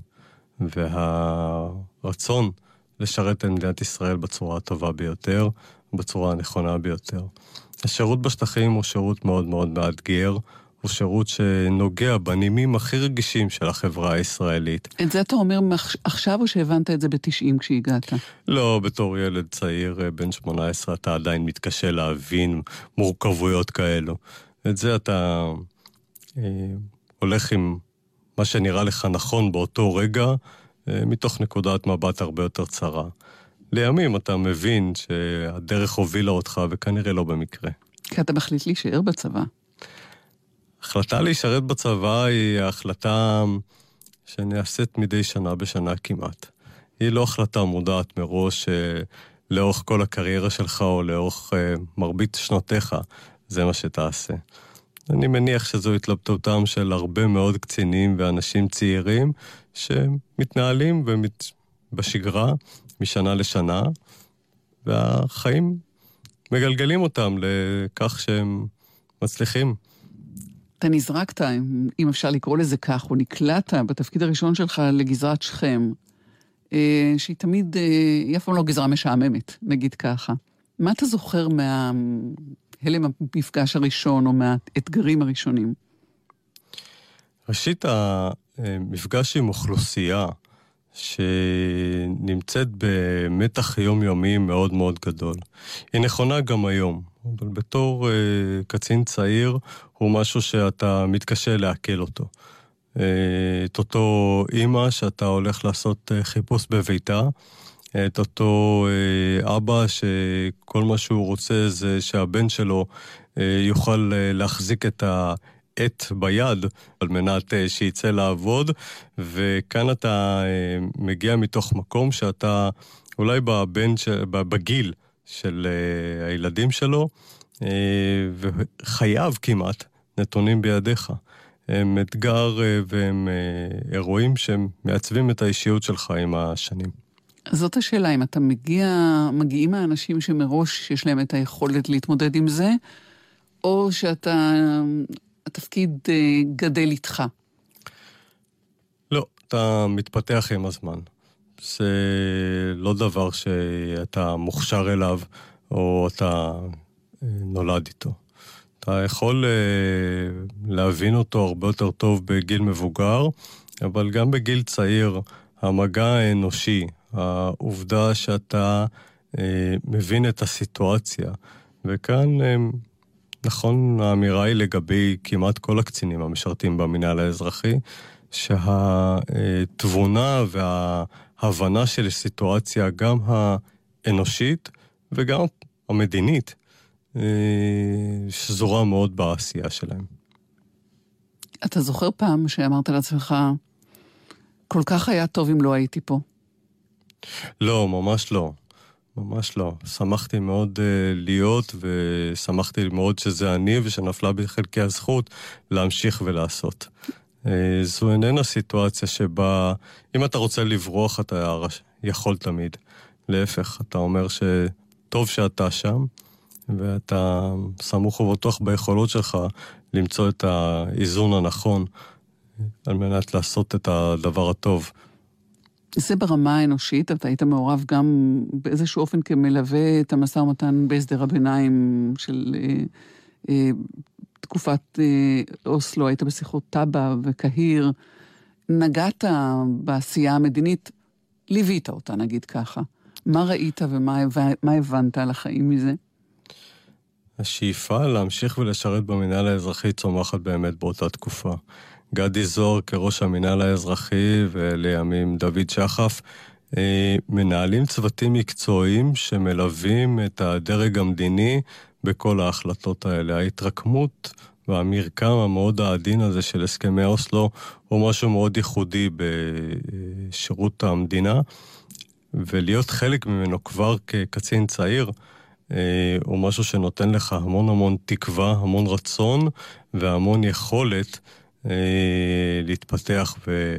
[SPEAKER 5] והרצון לשרת את מדינת ישראל בצורה הטובה ביותר, בצורה הנכונה ביותר. השירות בשטחים הוא שירות מאוד מאוד מאתגר, הוא שירות שנוגע בנימים הכי רגישים של החברה הישראלית.
[SPEAKER 4] את זה אתה אומר עכשיו או שהבנת את זה ב-תשעים כשהגעת?
[SPEAKER 5] לא, בתור ילד צעיר, בן שמונה עשרה, אתה עדיין מתקשה להבין מורכבויות כאלו. את זה אתה אה, הולך עם מה שנראה לך נכון באותו רגע, אה, מתוך נקודת מבט הרבה יותר צרה. לימים אתה מבין שהדרך הובילה אותך וכנראה לא במקרה.
[SPEAKER 4] כי אתה מחליט להישאר בצבא.
[SPEAKER 5] החלטה להישרת בצבא היא החלטה שנעשית מדי שנה בשנה כמעט. היא לא החלטה מודעת מראש לאורך כל הקריירה שלך או לאורך מרבית שנותיך, זה מה שתעשה. אני מניח שזו התלבטותם של הרבה מאוד קצינים ואנשים צעירים שמתנהלים בשגרה משנה לשנה, והחיים מגלגלים אותם לכך שהם מצליחים.
[SPEAKER 4] אתה נזרקת, אם אפשר לקרוא לזה כך, או נקלעת בתפקיד הראשון שלך לגזרת שכם, שהיא תמיד, היא אף פעם לא גזרה משעממת, נגיד ככה. מה אתה זוכר מההלם המפגש הראשון, או מהאתגרים הראשונים?
[SPEAKER 5] ראשית, המפגש עם אוכלוסייה, שנמצאת במתח יומיומי מאוד מאוד גדול. היא נכונה גם היום, אבל בתור uh, קצין צעיר הוא משהו שאתה מתקשה להקל אותו. Uh, את אותו אימא שאתה הולך לעשות uh, חיפוש בביתה, את אותו uh, אבא שכל מה שהוא רוצה זה שהבן שלו uh, יוכל uh, להחזיק את ה... עת ביד על מנת שיצא לעבוד, וכאן אתה מגיע מתוך מקום שאתה אולי בבן, בגיל של הילדים שלו, וחייו כמעט נתונים בידיך. הם אתגר והם אירועים שהם מעצבים את האישיות שלך עם השנים.
[SPEAKER 4] זאת השאלה, אם אתה מגיע, מגיעים האנשים שמראש יש להם את היכולת להתמודד עם זה, או שאתה... התפקיד גדל איתך?
[SPEAKER 5] לא, אתה מתפתח עם הזמן. זה לא דבר שאתה מוכשר אליו, או אתה נולד איתו. אתה יכול להבין אותו הרבה יותר טוב בגיל מבוגר, אבל גם בגיל צעיר, המגע האנושי, העובדה שאתה מבין את הסיטואציה, וכאן... נכון, האמירה היא לגבי כמעט כל הקצינים המשרתים במינהל האזרחי, שהתבונה וההבנה של סיטואציה, גם האנושית וגם המדינית, שזורה מאוד בעשייה שלהם.
[SPEAKER 4] אתה זוכר פעם שאמרת לעצמך, כל כך היה טוב אם לא הייתי פה?
[SPEAKER 5] לא, ממש לא. ממש לא. שמחתי מאוד uh, להיות, ושמחתי מאוד שזה אני, ושנפלה בחלקי הזכות להמשיך ולעשות. Uh, זו איננה סיטואציה שבה, אם אתה רוצה לברוח, אתה יכול תמיד. להפך, אתה אומר שטוב שאתה שם, ואתה סמוך ובטוח ביכולות שלך למצוא את האיזון הנכון, על מנת לעשות את הדבר הטוב.
[SPEAKER 4] זה ברמה האנושית, אתה היית מעורב גם באיזשהו אופן כמלווה את המשא ומתן בהסדר הביניים של אה, אה, תקופת אה, אוסלו, היית בשיחות טאבה וקהיר, נגעת בעשייה המדינית, ליווית אותה נגיד ככה. מה ראית ומה מה הבנת על החיים מזה?
[SPEAKER 5] השאיפה להמשיך ולשרת במינהל האזרחי צומחת באמת באותה תקופה. גדי זוהר כראש המינהל האזרחי ולימים דוד שחף מנהלים צוותים מקצועיים שמלווים את הדרג המדיני בכל ההחלטות האלה. ההתרקמות והמרקם המאוד העדין הזה של הסכמי אוסלו הוא משהו מאוד ייחודי בשירות המדינה, ולהיות חלק ממנו כבר כקצין צעיר, הוא משהו שנותן לך המון המון תקווה, המון רצון והמון יכולת להתפתח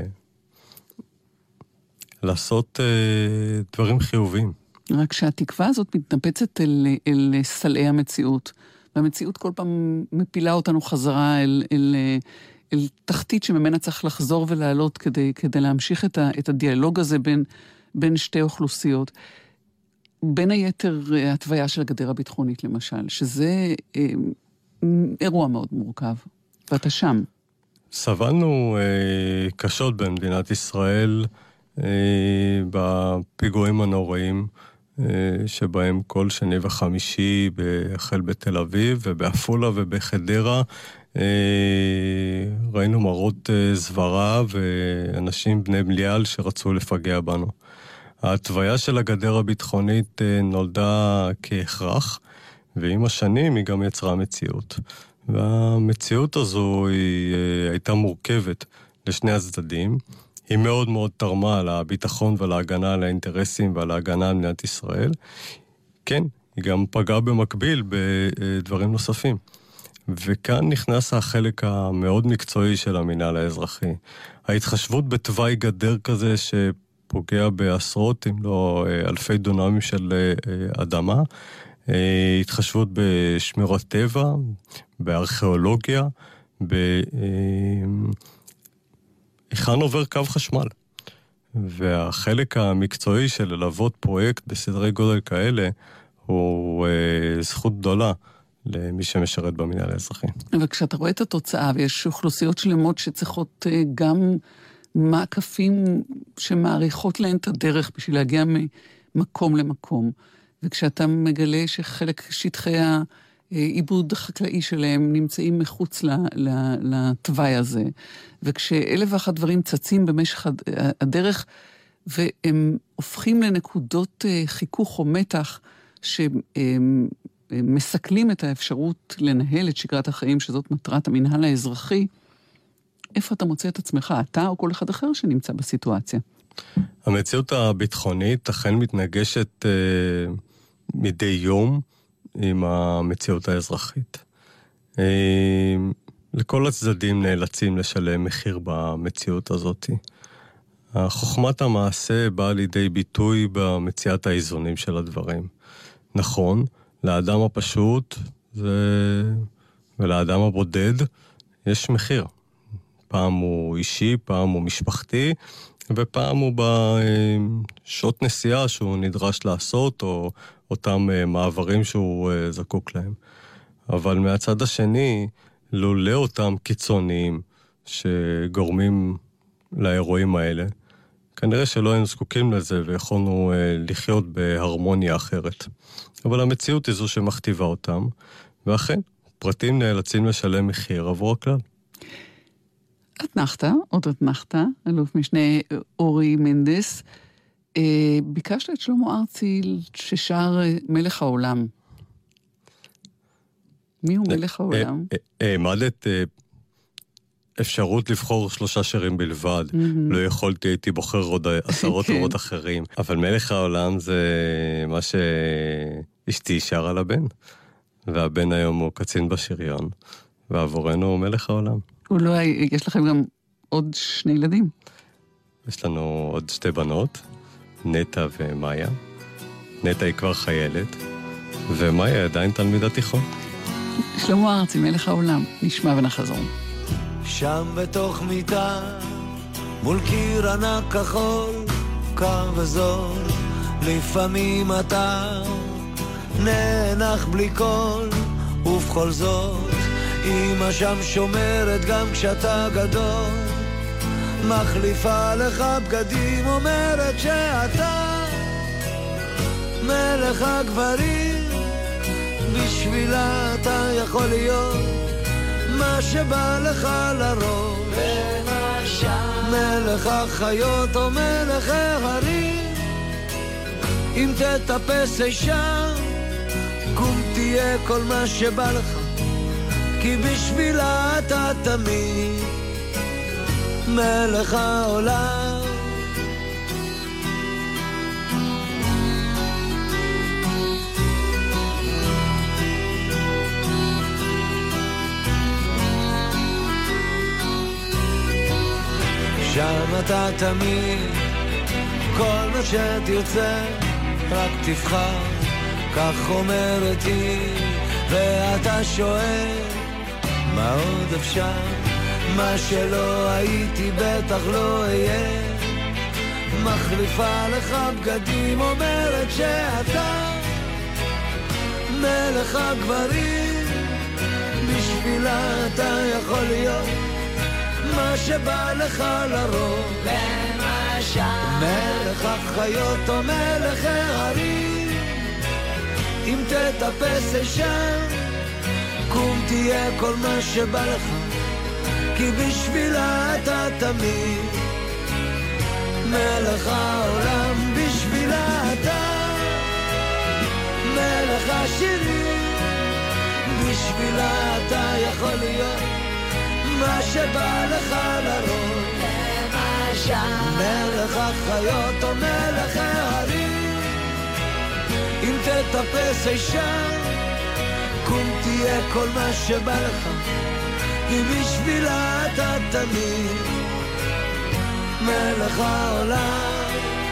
[SPEAKER 5] ולעשות דברים חיוביים.
[SPEAKER 4] רק שהתקווה הזאת מתנפצת אל, אל סלעי המציאות, והמציאות כל פעם מפילה אותנו חזרה אל, אל, אל תחתית שממנה צריך לחזור ולעלות כדי, כדי להמשיך את, ה, את הדיאלוג הזה בין, בין שתי אוכלוסיות. בין היתר התוויה של הגדר הביטחונית למשל, שזה אה, אירוע מאוד מורכב, ואתה שם.
[SPEAKER 5] סבלנו אה, קשות במדינת ישראל אה, בפיגועים הנוראים, אה, שבהם כל שני וחמישי החל בתל אביב ובאפולה ובחדרה, אה, ראינו מראות אה, זוורה ואנשים בני בליעל שרצו לפגע בנו. ההתוויה של הגדר הביטחונית נולדה כהכרח, ועם השנים היא גם יצרה מציאות. והמציאות הזו היא הייתה מורכבת לשני הצדדים. היא מאוד מאוד תרמה לביטחון ולהגנה על האינטרסים ועל ההגנה על מדינת ישראל. כן, היא גם פגעה במקביל בדברים נוספים. וכאן נכנס החלק המאוד מקצועי של המינהל האזרחי. ההתחשבות בתוואי גדר כזה ש... פוגע בעשרות, אם לא אלפי דונמים של אדמה, התחשבות בשמירת טבע, בארכיאולוגיה, היכן עובר קו חשמל. והחלק המקצועי של ללוות פרויקט בסדרי גודל כאלה, הוא זכות גדולה למי שמשרת במינהל האזרחי.
[SPEAKER 4] וכשאתה רואה את התוצאה, ויש אוכלוסיות שלמות שצריכות גם מעקפים שמעריכות להן את הדרך בשביל להגיע ממקום למקום. וכשאתה מגלה שחלק שטחי העיבוד החקלאי שלהם נמצאים מחוץ לתוואי הזה, וכשאלף ואחת דברים צצים במשך הדרך, והם הופכים לנקודות חיכוך או מתח שמסכלים את האפשרות לנהל את שגרת החיים, שזאת מטרת המינהל האזרחי, איפה אתה מוצא את עצמך, אתה או כל אחד אחר שנמצא בסיטואציה?
[SPEAKER 5] המציאות הביטחונית אכן מתנגשת אה, מדי יום עם המציאות האזרחית. אה, לכל הצדדים נאלצים לשלם מחיר במציאות הזאת. חוכמת המעשה באה לידי ביטוי במציאת האיזונים של הדברים. נכון, לאדם הפשוט זה... ולאדם הבודד יש מחיר. פעם הוא אישי, פעם הוא משפחתי, ופעם הוא בשעות נסיעה שהוא נדרש לעשות, או אותם מעברים שהוא זקוק להם. אבל מהצד השני, לולא אותם קיצוניים שגורמים לאירועים האלה, כנראה שלא היינו זקוקים לזה ויכולנו לחיות בהרמוניה אחרת. אבל המציאות היא זו שמכתיבה אותם, ואכן, פרטים נאלצים לשלם מחיר עבור הכלל.
[SPEAKER 4] אתנחת, עוד אתנחת, אלוף משנה אורי מנדס, ביקשת את שלמה ארצי ששר מלך העולם. מי הוא מלך העולם?
[SPEAKER 5] העמדת אפשרות לבחור שלושה שירים בלבד. לא יכולתי, הייתי בוחר עוד עשרות רבות אחרים. אבל מלך העולם זה מה שאשתי שר על הבן. והבן היום הוא קצין בשריון. ועבורנו הוא מלך העולם.
[SPEAKER 4] אולי יש לכם גם עוד שני ילדים?
[SPEAKER 5] יש לנו עוד שתי בנות, נטע ומאיה. נטע היא כבר חיילת, ומאיה עדיין תלמידת תיכון.
[SPEAKER 4] שלמה ארצי, מלך העולם, נשמע ונחזור.
[SPEAKER 2] שם בתוך מיטה, מול קיר ענק כחול, קר וזול, לפעמים אתה נאנח בלי קול, ובכל זאת, אמא שם שומרת גם כשאתה גדול, מחליפה לך בגדים, אומרת שאתה מלך הגברים, בשבילה אתה יכול להיות מה שבא לך לראש, מלך החיות או מלך ההרים, אם תטפס אישה, קום תהיה כל מה שבא לך, כי בשבילה אתה תמיד מלך העולם. שם אתה תמיד, כל מה שתרצה, רק תבחר, כך אומרת היא, ואתה שואל, מה עוד אפשר? מה שלא הייתי בטח לא אהיה. מחליפה לך בגדים, אומרת שאתה מלך הגברים, בשבילה אתה יכול להיות מה שבא לך לרוב. למשל מלך החיות או מלך הערים, אם תטפס שם קום תהיה כל מה שבא לך, כי בשבילה אתה תמיד מלך העולם. בשבילה אתה מלך השירים, בשבילה אתה יכול להיות מה שבא לך לרוב. למשל מלך החיות או מלך הערים, אם תטפס אי שם קום תהיה כל מה שבא לך, כי בשבילה אתה תמיד מלך העולם,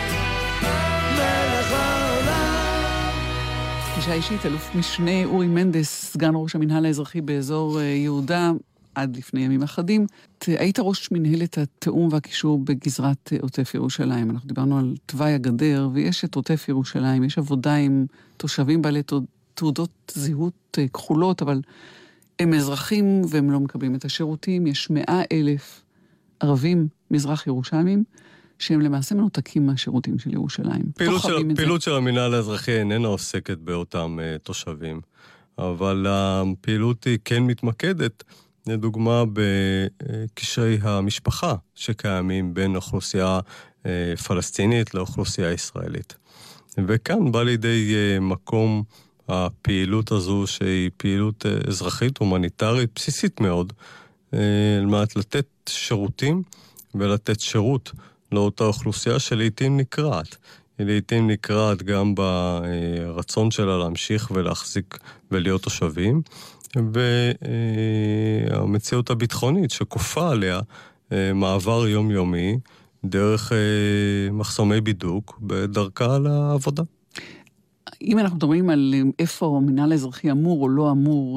[SPEAKER 2] מלך העולם.
[SPEAKER 4] פגישה אישית, אלוף משנה אורי מנדס, סגן ראש המנהל האזרחי באזור יהודה, עד לפני ימים אחדים. היית ראש מנהלת התאום והקישור בגזרת עוטף ירושלים. אנחנו דיברנו על תוואי הגדר, ויש את עוטף ירושלים, יש עבודה עם תושבים בעלי תעודות זהות כחולות, אבל הם אזרחים והם לא מקבלים את השירותים. יש מאה אלף ערבים מזרח ירושלמים, שהם למעשה מנותקים מהשירותים של ירושלים.
[SPEAKER 5] פעילות, של, פעילות של המנהל האזרחי איננה עוסקת באותם uh, תושבים, אבל הפעילות היא כן מתמקדת, לדוגמה בקשרי המשפחה שקיימים בין אוכלוסייה uh, פלסטינית לאוכלוסייה ישראלית. וכאן בא לידי uh, מקום הפעילות הזו, שהיא פעילות uh, אזרחית, הומניטרית, בסיסית מאוד, uh, למעט לתת שירותים ולתת שירות לאותה אוכלוסייה שלעיתים נקראת. היא לעיתים נקראת גם ברצון שלה להמשיך ולהחזיק ולהיות תושבים, והמציאות הביטחונית שכופה עליה מעבר יומיומי דרך מחסומי בידוק בדרכה לעבודה.
[SPEAKER 4] אם אנחנו מדברים על איפה המנהל האזרחי אמור או לא אמור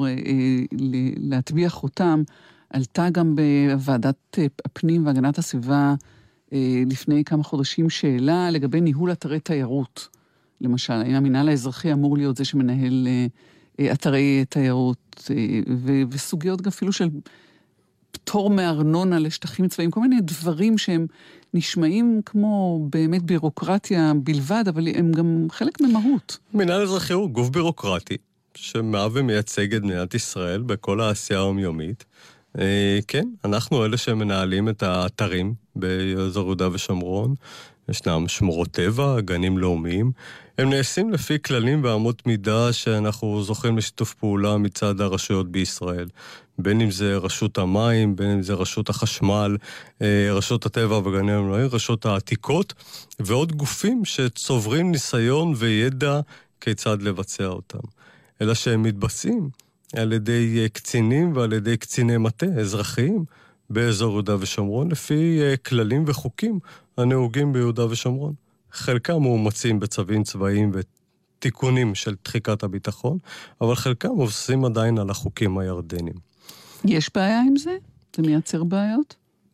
[SPEAKER 4] להטביע חותם, עלתה גם בוועדת הפנים והגנת הסביבה לפני כמה חודשים שאלה לגבי ניהול אתרי תיירות. למשל, האם המנהל האזרחי אמור להיות זה שמנהל אתרי תיירות, וסוגיות גם אפילו של פטור מארנונה לשטחים צבאיים, כל מיני דברים שהם נשמעים כמו באמת בירוקרטיה בלבד, אבל הם גם חלק ממהות.
[SPEAKER 5] מנהל האזרחי הוא גוף בירוקרטי, שמהווה מייצג את מדינת ישראל בכל העשייה היומיומית. כן, אנחנו אלה שמנהלים את האתרים באזור יהודה ושומרון. ישנם שמורות טבע, גנים לאומיים. הם נעשים לפי כללים ואמות מידה שאנחנו זוכים לשיתוף פעולה מצד הרשויות בישראל. בין אם זה רשות המים, בין אם זה רשות החשמל, רשות הטבע וגנים לאומיים, רשות העתיקות, ועוד גופים שצוברים ניסיון וידע כיצד לבצע אותם. אלא שהם מתבצעים על ידי קצינים ועל ידי קציני מטה אזרחיים באזור יהודה ושומרון, לפי כללים וחוקים הנהוגים ביהודה ושומרון. חלקם מאומצים בצווים צבאיים ותיקונים של דחיקת הביטחון, אבל חלקם מבוססים עדיין על החוקים הירדנים.
[SPEAKER 4] יש בעיה עם זה? זה מייצר בעיות?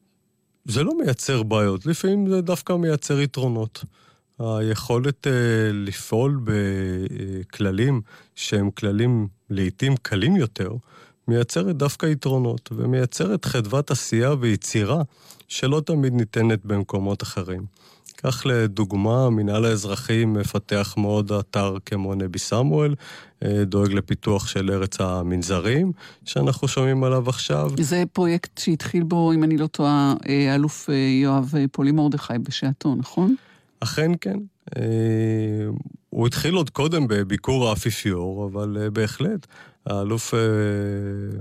[SPEAKER 5] זה לא מייצר בעיות, לפעמים זה דווקא מייצר יתרונות. היכולת uh, לפעול בכללים שהם כללים לעתים קלים יותר, מייצרת דווקא יתרונות, ומייצרת חדוות עשייה ויצירה שלא תמיד ניתנת במקומות אחרים. כך לדוגמה, המנהל האזרחי מפתח מאוד אתר כמו נבי סמואל, דואג לפיתוח של ארץ המנזרים, שאנחנו שומעים עליו עכשיו. זה
[SPEAKER 4] פרויקט שהתחיל בו, אם אני לא טועה, אלוף יואב פולי מרדכי בשעתו, נכון?
[SPEAKER 5] אכן כן. הוא התחיל עוד קודם בביקור האפיפיור, אבל בהחלט, האלוף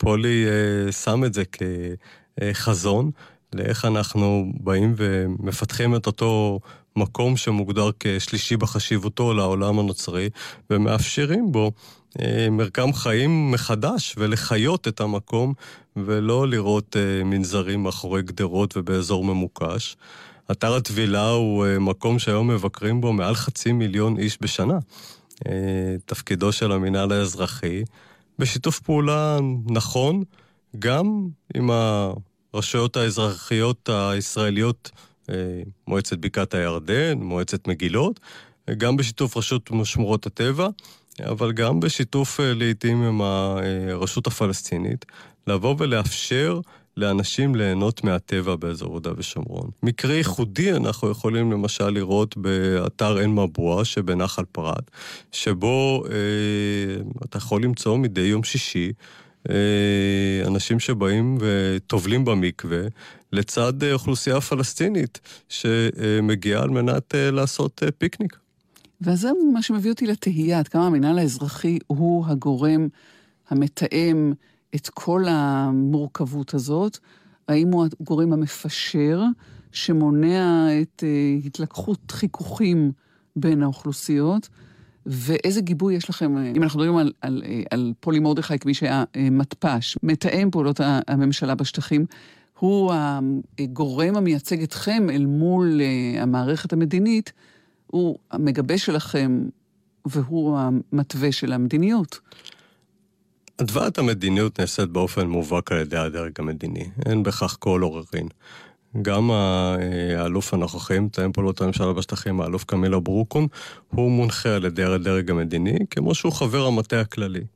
[SPEAKER 5] פולי שם את זה כחזון, לאיך אנחנו באים ומפתחים את אותו מקום שמוגדר כשלישי בחשיבותו לעולם הנוצרי, ומאפשרים בו מרקם חיים מחדש ולחיות את המקום, ולא לראות מנזרים מאחורי גדרות ובאזור ממוקש. אתר הטבילה הוא מקום שהיום מבקרים בו מעל חצי מיליון איש בשנה. תפקידו של המינהל האזרחי, בשיתוף פעולה נכון, גם עם הרשויות האזרחיות הישראליות, מועצת בקעת הירדן, מועצת מגילות, גם בשיתוף רשות שמורות הטבע, אבל גם בשיתוף לעתים עם הרשות הפלסטינית, לבוא ולאפשר לאנשים ליהנות מהטבע באזור יהודה ושומרון. מקרה ייחודי אנחנו יכולים למשל לראות באתר עין מבוע שבנחל פרת, שבו אה, אתה יכול למצוא מדי יום שישי אה, אנשים שבאים וטובלים במקווה, לצד אה, אוכלוסייה פלסטינית שמגיעה על מנת אה, לעשות אה, פיקניק.
[SPEAKER 4] וזה מה שמביא אותי לתהייה, עד כמה המינהל האזרחי הוא הגורם המתאם את כל המורכבות הזאת, האם הוא הגורם המפשר שמונע את uh, התלקחות חיכוכים בין האוכלוסיות, ואיזה גיבוי יש לכם, אם אנחנו מדברים על, על, על פולי מרדכי כמי שהיה uh, מתפ"ש, מתאם פעולות הממשלה בשטחים, הוא הגורם המייצג אתכם אל מול uh, המערכת המדינית, הוא המגבש שלכם, והוא המתווה של המדיניות.
[SPEAKER 5] הדבעת המדיניות נעשית באופן מובהק על ידי הדרג המדיני. אין בכך כל עוררין. גם האלוף הנוכחי, מתאם פעולות הממשלה בשטחים, האלוף קמילה ברוקון, הוא מונחה על ידי הדרג המדיני, כמו שהוא חבר המטה הכללי.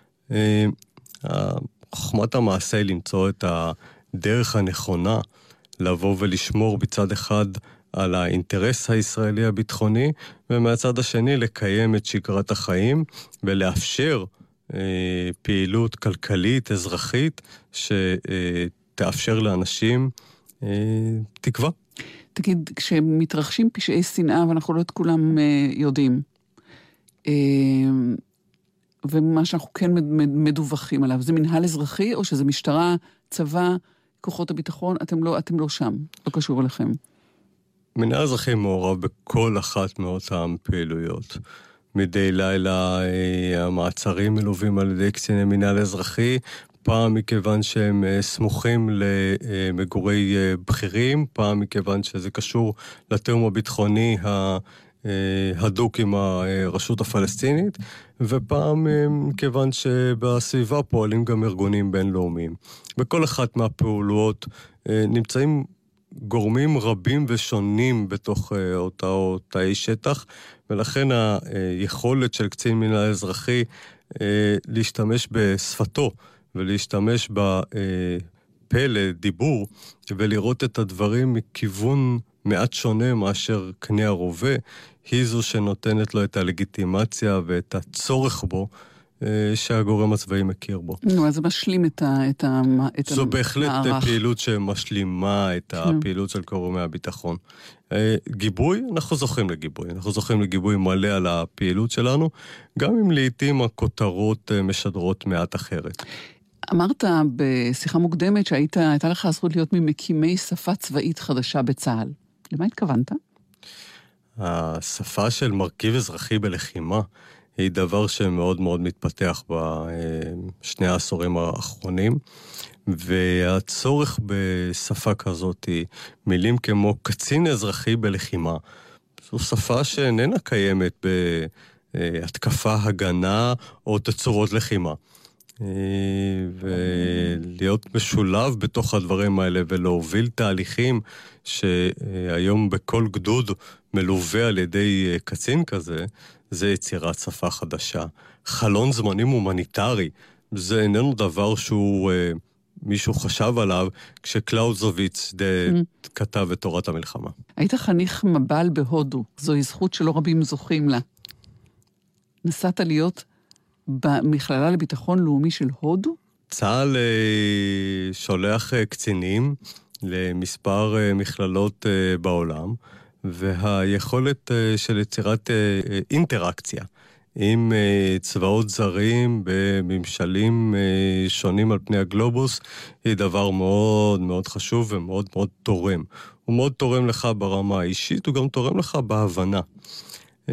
[SPEAKER 5] חוכמת המעשה היא למצוא את הדרך הנכונה, לבוא ולשמור בצד אחד על האינטרס הישראלי הביטחוני, ומהצד השני לקיים את שגרת החיים, ולאפשר פעילות כלכלית, אזרחית, שתאפשר לאנשים תקווה.
[SPEAKER 4] תגיד, כשמתרחשים פשעי שנאה, ואנחנו לא את כולם יודעים, ומה שאנחנו כן מדווחים עליו, זה מנהל אזרחי, או שזה משטרה, צבא, כוחות הביטחון, אתם לא, אתם לא שם, לא קשור אליכם.
[SPEAKER 5] מנהל אזרחי מעורב בכל אחת מאותן פעילויות. מדי לילה המעצרים מלווים על ידי קציני מנהל אזרחי, פעם מכיוון שהם סמוכים למגורי בכירים, פעם מכיוון שזה קשור לתאום הביטחוני ההדוק עם הרשות הפלסטינית, ופעם מכיוון שבסביבה פועלים גם ארגונים בינלאומיים. בכל אחת מהפעולות נמצאים גורמים רבים ושונים בתוך אותו תאי שטח, ולכן היכולת של קצין מנהל אזרחי להשתמש בשפתו ולהשתמש בפה לדיבור ולראות את הדברים מכיוון מעט שונה מאשר קנה הרובה, היא זו שנותנת לו את הלגיטימציה ואת הצורך בו שהגורם הצבאי מכיר בו.
[SPEAKER 4] נו, אז זה משלים את המערך.
[SPEAKER 5] זו בהחלט פעילות שמשלימה את הפעילות של גורמי הביטחון. גיבוי, אנחנו זוכים לגיבוי. אנחנו זוכים לגיבוי מלא על הפעילות שלנו, גם אם לעתים הכותרות משדרות מעט אחרת.
[SPEAKER 4] אמרת בשיחה מוקדמת שהייתה לך הזכות להיות ממקימי שפה צבאית חדשה בצה"ל. למה התכוונת?
[SPEAKER 5] השפה של מרכיב אזרחי בלחימה היא דבר שמאוד מאוד מתפתח בשני העשורים האחרונים, והצורך בשפה כזאת היא מילים כמו קצין אזרחי בלחימה. זו שפה שאיננה קיימת בהתקפה, הגנה או תצורות לחימה. ולהיות משולב בתוך הדברים האלה ולהוביל תהליכים שהיום בכל גדוד מלווה על ידי קצין כזה, זה יצירת שפה חדשה. חלון זמנים הומניטרי, זה איננו דבר שהוא מישהו חשב עליו כשקלאוזוביץ mm. כתב את תורת המלחמה.
[SPEAKER 4] היית חניך מב"ל בהודו, זוהי זכות שלא רבים זוכים לה. נסעת להיות במכללה לביטחון לאומי של הודו?
[SPEAKER 5] צה"ל שולח קצינים למספר מכללות בעולם, והיכולת של יצירת אינטראקציה עם uh, צבאות זרים בממשלים uh, שונים על פני הגלובוס, היא דבר מאוד מאוד חשוב ומאוד מאוד תורם. הוא מאוד תורם לך ברמה האישית, הוא גם תורם לך בהבנה. Uh,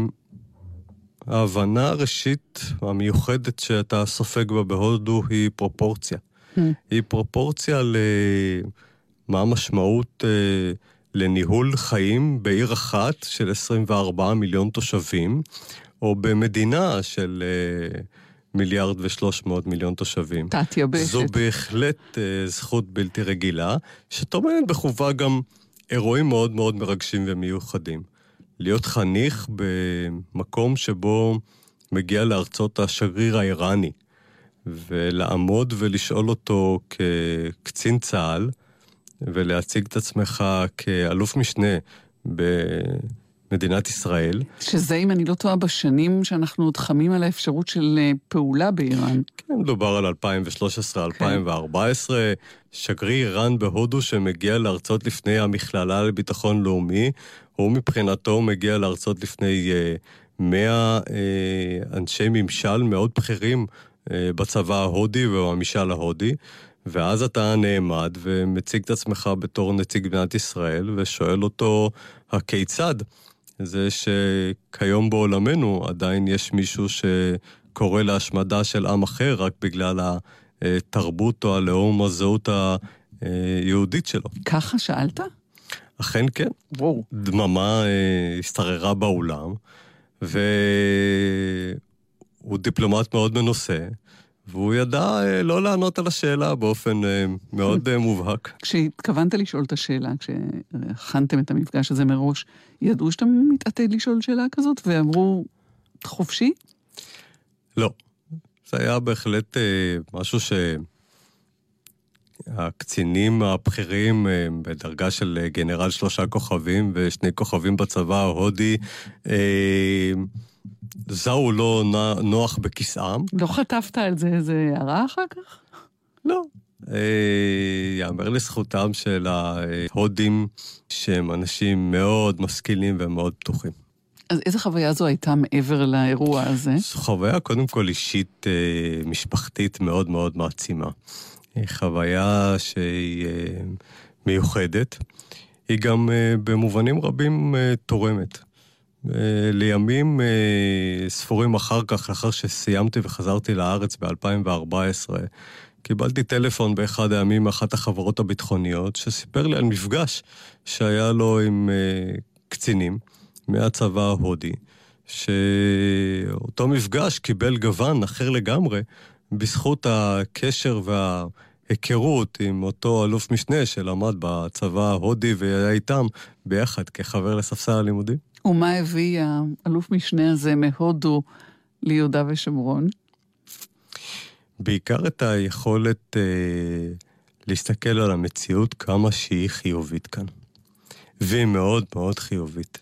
[SPEAKER 5] ההבנה הראשית המיוחדת שאתה סופג בה בהודו היא פרופורציה. Mm. היא פרופורציה למה המשמעות uh, לניהול חיים בעיר אחת של עשרים וארבעה מיליון תושבים, או במדינה של uh, מיליארד ושלוש מאות מיליון תושבים.
[SPEAKER 4] תת יבשת.
[SPEAKER 5] זו בהחלט uh, זכות בלתי רגילה, שטומנת בחובה גם אירועים מאוד מאוד מרגשים ומיוחדים. להיות חניך במקום שבו מגיע לארצות השגריר האיראני, ולעמוד ולשאול אותו כקצין צה"ל, ולהציג את עצמך כאלוף משנה במדינת ישראל. שזה,
[SPEAKER 4] אם אני לא טועה, בשנים שאנחנו עוד חמים על האפשרות של פעולה באיראן.
[SPEAKER 5] כן, מדובר על אלפיים ושלוש עשרה אלפיים וארבע עשרה, שגריר איראן בהודו שמגיע לארצות לפני המכללה לביטחון לאומי, הוא מבחינתו מגיע לארצות לפני מאה אנשי ממשל מאוד בכירים בצבא ההודי ובמשל ההודי, ואז אתה נעמד ומציג את עצמך בתור נציג מדינת ישראל, ושואל אותו, הכיצד? זה שכיום בעולמנו עדיין יש מישהו שקורא להשמדה של עם אחר, רק בגלל התרבות או הלאום, הזהות היהודית שלו.
[SPEAKER 4] ככה שאלת?
[SPEAKER 5] אכן כן.
[SPEAKER 4] וואו.
[SPEAKER 5] דממה הסתררה באולם, והוא דיפלומט מאוד מנוסה, והוא ידע לא לענות על השאלה באופן מאוד מובהק.
[SPEAKER 4] כשהתכוונת לשאול את השאלה, כשהכנתם את המפגש הזה מראש, ידעו שאתה מתעתד לשאול שאלה כזאת, ואמרו, חופשי?
[SPEAKER 5] לא. זה היה בהחלט משהו שהקצינים הבכירים בדרגה של גנרל שלושה כוכבים ושני כוכבים בצבא ההודי, זהו לא נוח בכיסאם.
[SPEAKER 4] לא חטפת על זה איזה הערה אחר כך?
[SPEAKER 5] לא. יאמר לזכותם של ההודים שהם אנשים מאוד משכילים ומאוד פתוחים.
[SPEAKER 4] אז איזה חוויה זו הייתה מעבר לאירוע הזה?
[SPEAKER 5] זו חוויה קודם כל אישית משפחתית מאוד מאוד מעצימה. היא חוויה שהיא מיוחדת. היא גם במובנים רבים תורמת. לימים ספורים אחר כך, לאחר שסיימתי וחזרתי לארץ ב-אלפיים וארבע עשרה, קיבלתי טלפון באחד הימים מאחת החברות הביטחוניות, שסיפר לי על מפגש שהיה לו עם קצינים מהצבא ההודי, שאותו מפגש קיבל גוון אחר לגמרי, בזכות הקשר וההיכרות עם אותו אלוף משנה שלמד בצבא ההודי והיה איתם ביחד כחבר לספסל הלימודים.
[SPEAKER 4] ומה הביא האלוף משנה הזה מהודו ליהודה ושומרון?
[SPEAKER 5] בעיקר את היכולת אה, להסתכל על המציאות כמה שהיא חיובית כאן. והיא מאוד מאוד חיובית.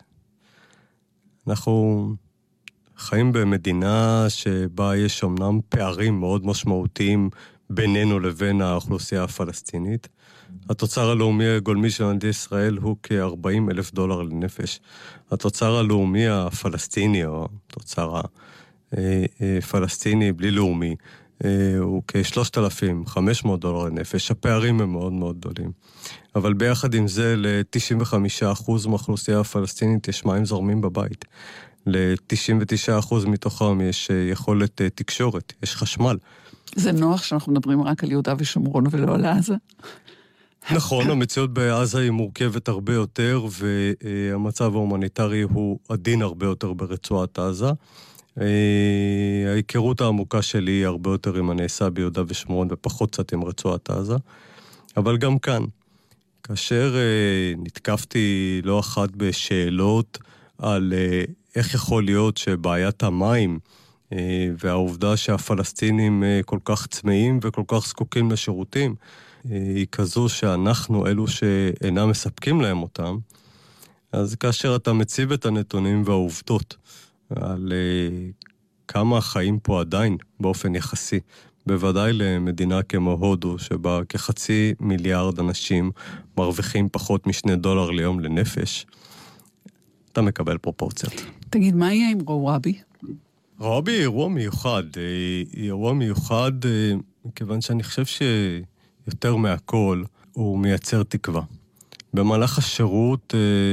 [SPEAKER 5] אנחנו חיים במדינה שבה יש אמנם פערים מאוד משמעותיים בינינו לבין האוכלוסייה הפלסטינית. התוצר הלאומי הגולמי של מדינת ישראל הוא כ-ארבעים אלף דולר לנפש. התוצר הלאומי הפלסטיני, או התוצר הפלסטיני בלי לאומי, הוא כ-שלושת אלפים וחמש מאות דולר לנפש. הפערים הם מאוד מאוד גדולים. אבל ביחד עם זה, ל-תשעים וחמישה אחוז מהאוכלוסייה הפלסטינית יש מים זורמים בבית. ל-תשעים ותשעה אחוז מתוכם יש יכולת תקשורת, יש חשמל.
[SPEAKER 4] זה נוח שאנחנו מדברים רק על יהודה ושומרון ולא על עזה.
[SPEAKER 5] נכון, המציאות בעזה היא מורכבת הרבה יותר, והמצב ההומניטרי הוא עדין הרבה יותר ברצועת עזה. ההיכרות העמוקה שלי היא הרבה יותר עם הנעשה ביהודה ושומרון ופחות קצת עם רצועת עזה. אבל גם כאן, כאשר נתקפתי לא אחת בשאלות על איך יכול להיות שבעיית המים והעובדה שהפלסטינים כל כך צמאים וכל כך זקוקים לשירותים, היא כזו שאנחנו אלו שאינם מספקים להם אותם, אז כאשר אתה מציב את הנתונים והעובדות על כמה החיים פה עדיין באופן יחסי, בוודאי למדינה כמו הודו, שבה כחצי מיליארד אנשים מרוויחים פחות משני דולר ליום לנפש, אתה מקבל פרופורציות.
[SPEAKER 4] תגיד, מה יהיה עם רוואבי?
[SPEAKER 5] רובי היא אירוע מיוחד. היא אירוע מיוחד מכיוון שאני חושב שיותר מהכל הוא מייצר תקווה. במהלך השירות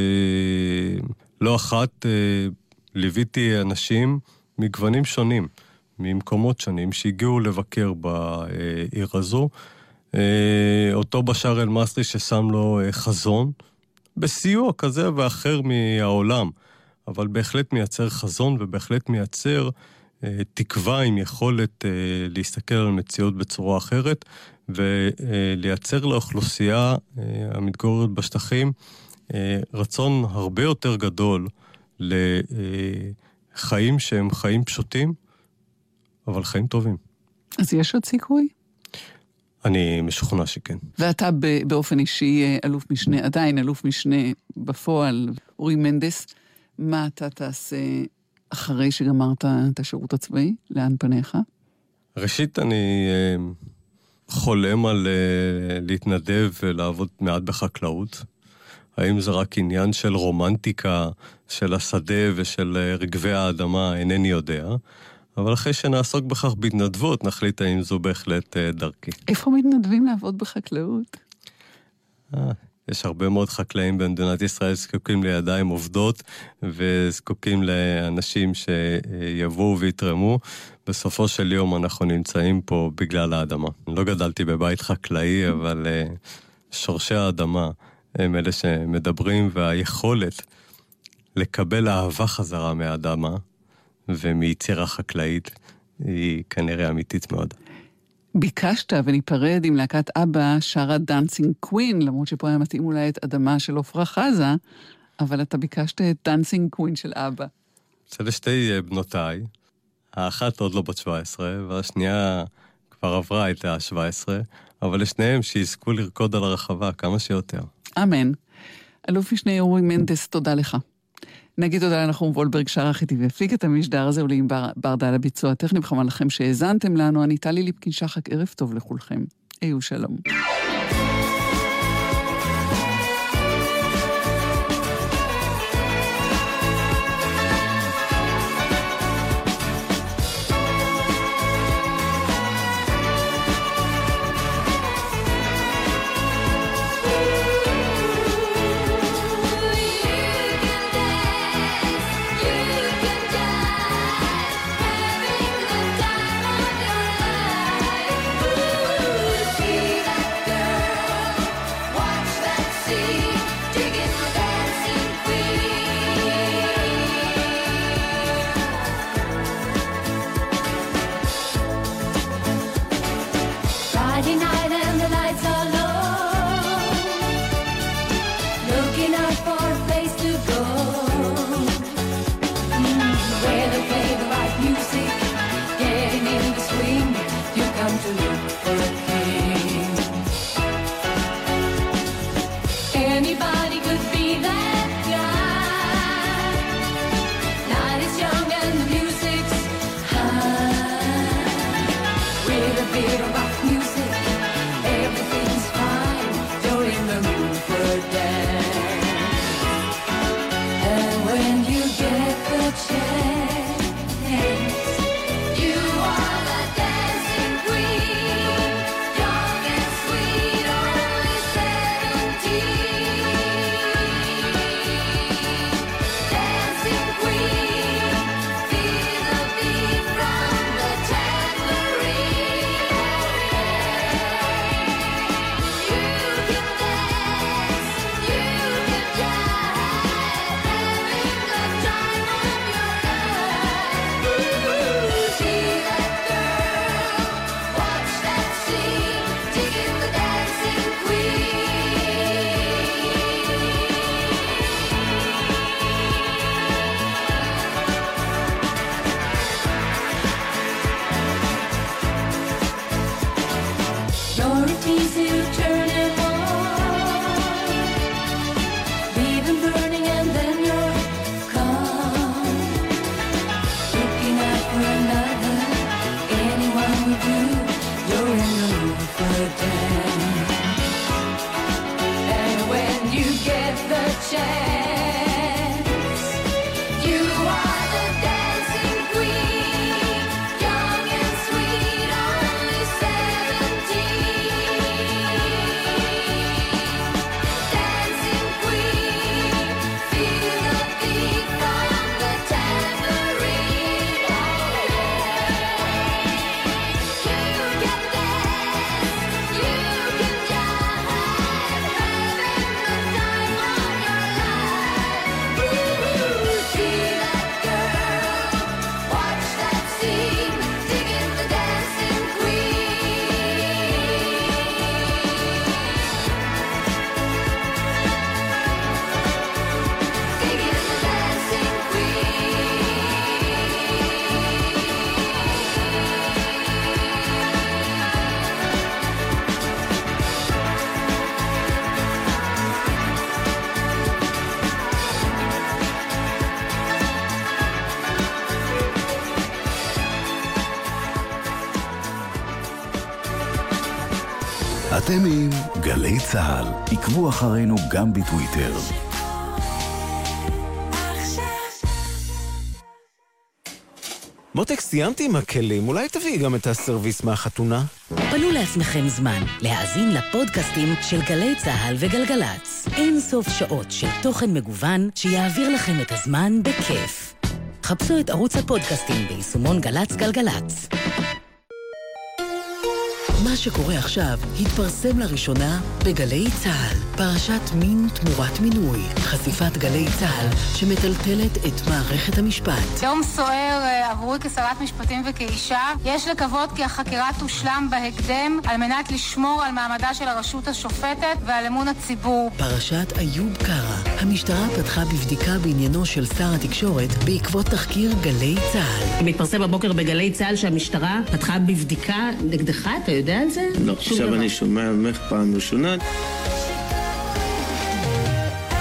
[SPEAKER 5] לא אחת ליוויתי אנשים מגוונים שונים, ממקומות שונים שהגיעו לבקר בעיר הזו. אותו בשאר אל-מסרי ששם לו חזון, בסיוע כזה ואחר מהעולם, אבל בהחלט מייצר חזון ובהחלט מייצר אה, תקווה עם יכולת אה, להסתכל על מציאות בצורה אחרת, ולייצר לאוכלוסייה אה, המתגוררת בשטחים אה, רצון הרבה יותר גדול לחיים שהם חיים פשוטים, אבל חיים טובים.
[SPEAKER 4] אז יש עוד סיכוי?
[SPEAKER 5] אני משוכנע שכן.
[SPEAKER 4] ואתה באופן אישי אלוף משנה, עדיין אלוף משנה בפועל, אורי מנדס, מה אתה תעשה אחרי שגמרת את השירות הצבאי? לאן פניך?
[SPEAKER 5] ראשית, אני חולם על להתנדב ולעבוד מעט בחקלאות. האם זה רק עניין של רומנטיקה, של השדה ושל רגבי האדמה, אינני יודע. אבל אחרי שנעסוק בכך בהתנדבות, נחליט האם זו בהחלט דרכי.
[SPEAKER 4] איפה מתנדבים לעבוד בחקלאות?
[SPEAKER 5] יש הרבה מאוד חקלאים במדינת ישראל זקוקים לידיים עובדות, וזקוקים לאנשים שיבואו ויתרמו. בסופו של יום אנחנו נמצאים פה בגלל האדמה. לא גדלתי בבית חקלאי, אבל שורשי האדמה הם אלה שמדברים, והיכולת לקבל אהבה חזרה מהאדמה, ומיצירה חקלאית היא כנראה אמיתית מאוד.
[SPEAKER 4] ביקשת וניפרד עם להקת אבא שרה דנסינג קווין, למרות שפה היה מתאים אולי את אדמה של עופרה חזה, אבל אתה ביקשת את דנסינג קווין של אבא.
[SPEAKER 5] אצל שתי בנותיי, האחת עוד לא בת שבע עשרה, והשנייה כבר עברה את ה-שבע עשרה, אבל לשניהם שיזכו לרקוד על הרחבה כמה שיותר. אמן.
[SPEAKER 4] אלוף משנה אורי מנדס, תודה לך. נגיד תודה לנחום וולברג שערך איתי והפיק את המשדר הזה, ולעים ברדה על הביצוע הטכני. בכמה לכם שהאזנתם לנו, אני טלי ליפקין שחק, ערב טוב לכולכם. היו שלום.
[SPEAKER 7] That girl אתם עם גלי צהל. עקבו אחרינו גם בטוויטר.
[SPEAKER 3] מותק, סיימתי עם הכלים, אולי תביאי גם את הסרוויס מהחתונה?
[SPEAKER 1] פנו לעצמכם זמן להאזין לפודקאסטים של גלי צהל וגלגלץ. אין סוף שעות של תוכן מגוון שיעביר לכם את הזמן בכיף. חפשו את ערוץ הפודקאסטים ביישומון גלץ גלגלץ. מה שקורה עכשיו התפרסם לראשונה בגלי צהל. פרשת מין תמורת מינוי. חשיפת גלי צהל שמטלטלת את מערכת המשפט.
[SPEAKER 8] יום סוער עבורי כשרת משפטים וכאישה. יש לקוות כי החקירה תושלם בהקדם על מנת לשמור על מעמדה של הרשות השופטת ועל אמון הציבור.
[SPEAKER 1] פרשת איוב קרא. המשטרה פתחה בבדיקה בעניינו של שר התקשורת בעקבות תחקיר גלי צהל.
[SPEAKER 9] מתפרסם בבוקר בגלי צהל שהמשטרה פתחה בבדיקה נגדך, אתה יודע על זה?
[SPEAKER 10] לא, עכשיו אני שומע ממך פעם ראשונה.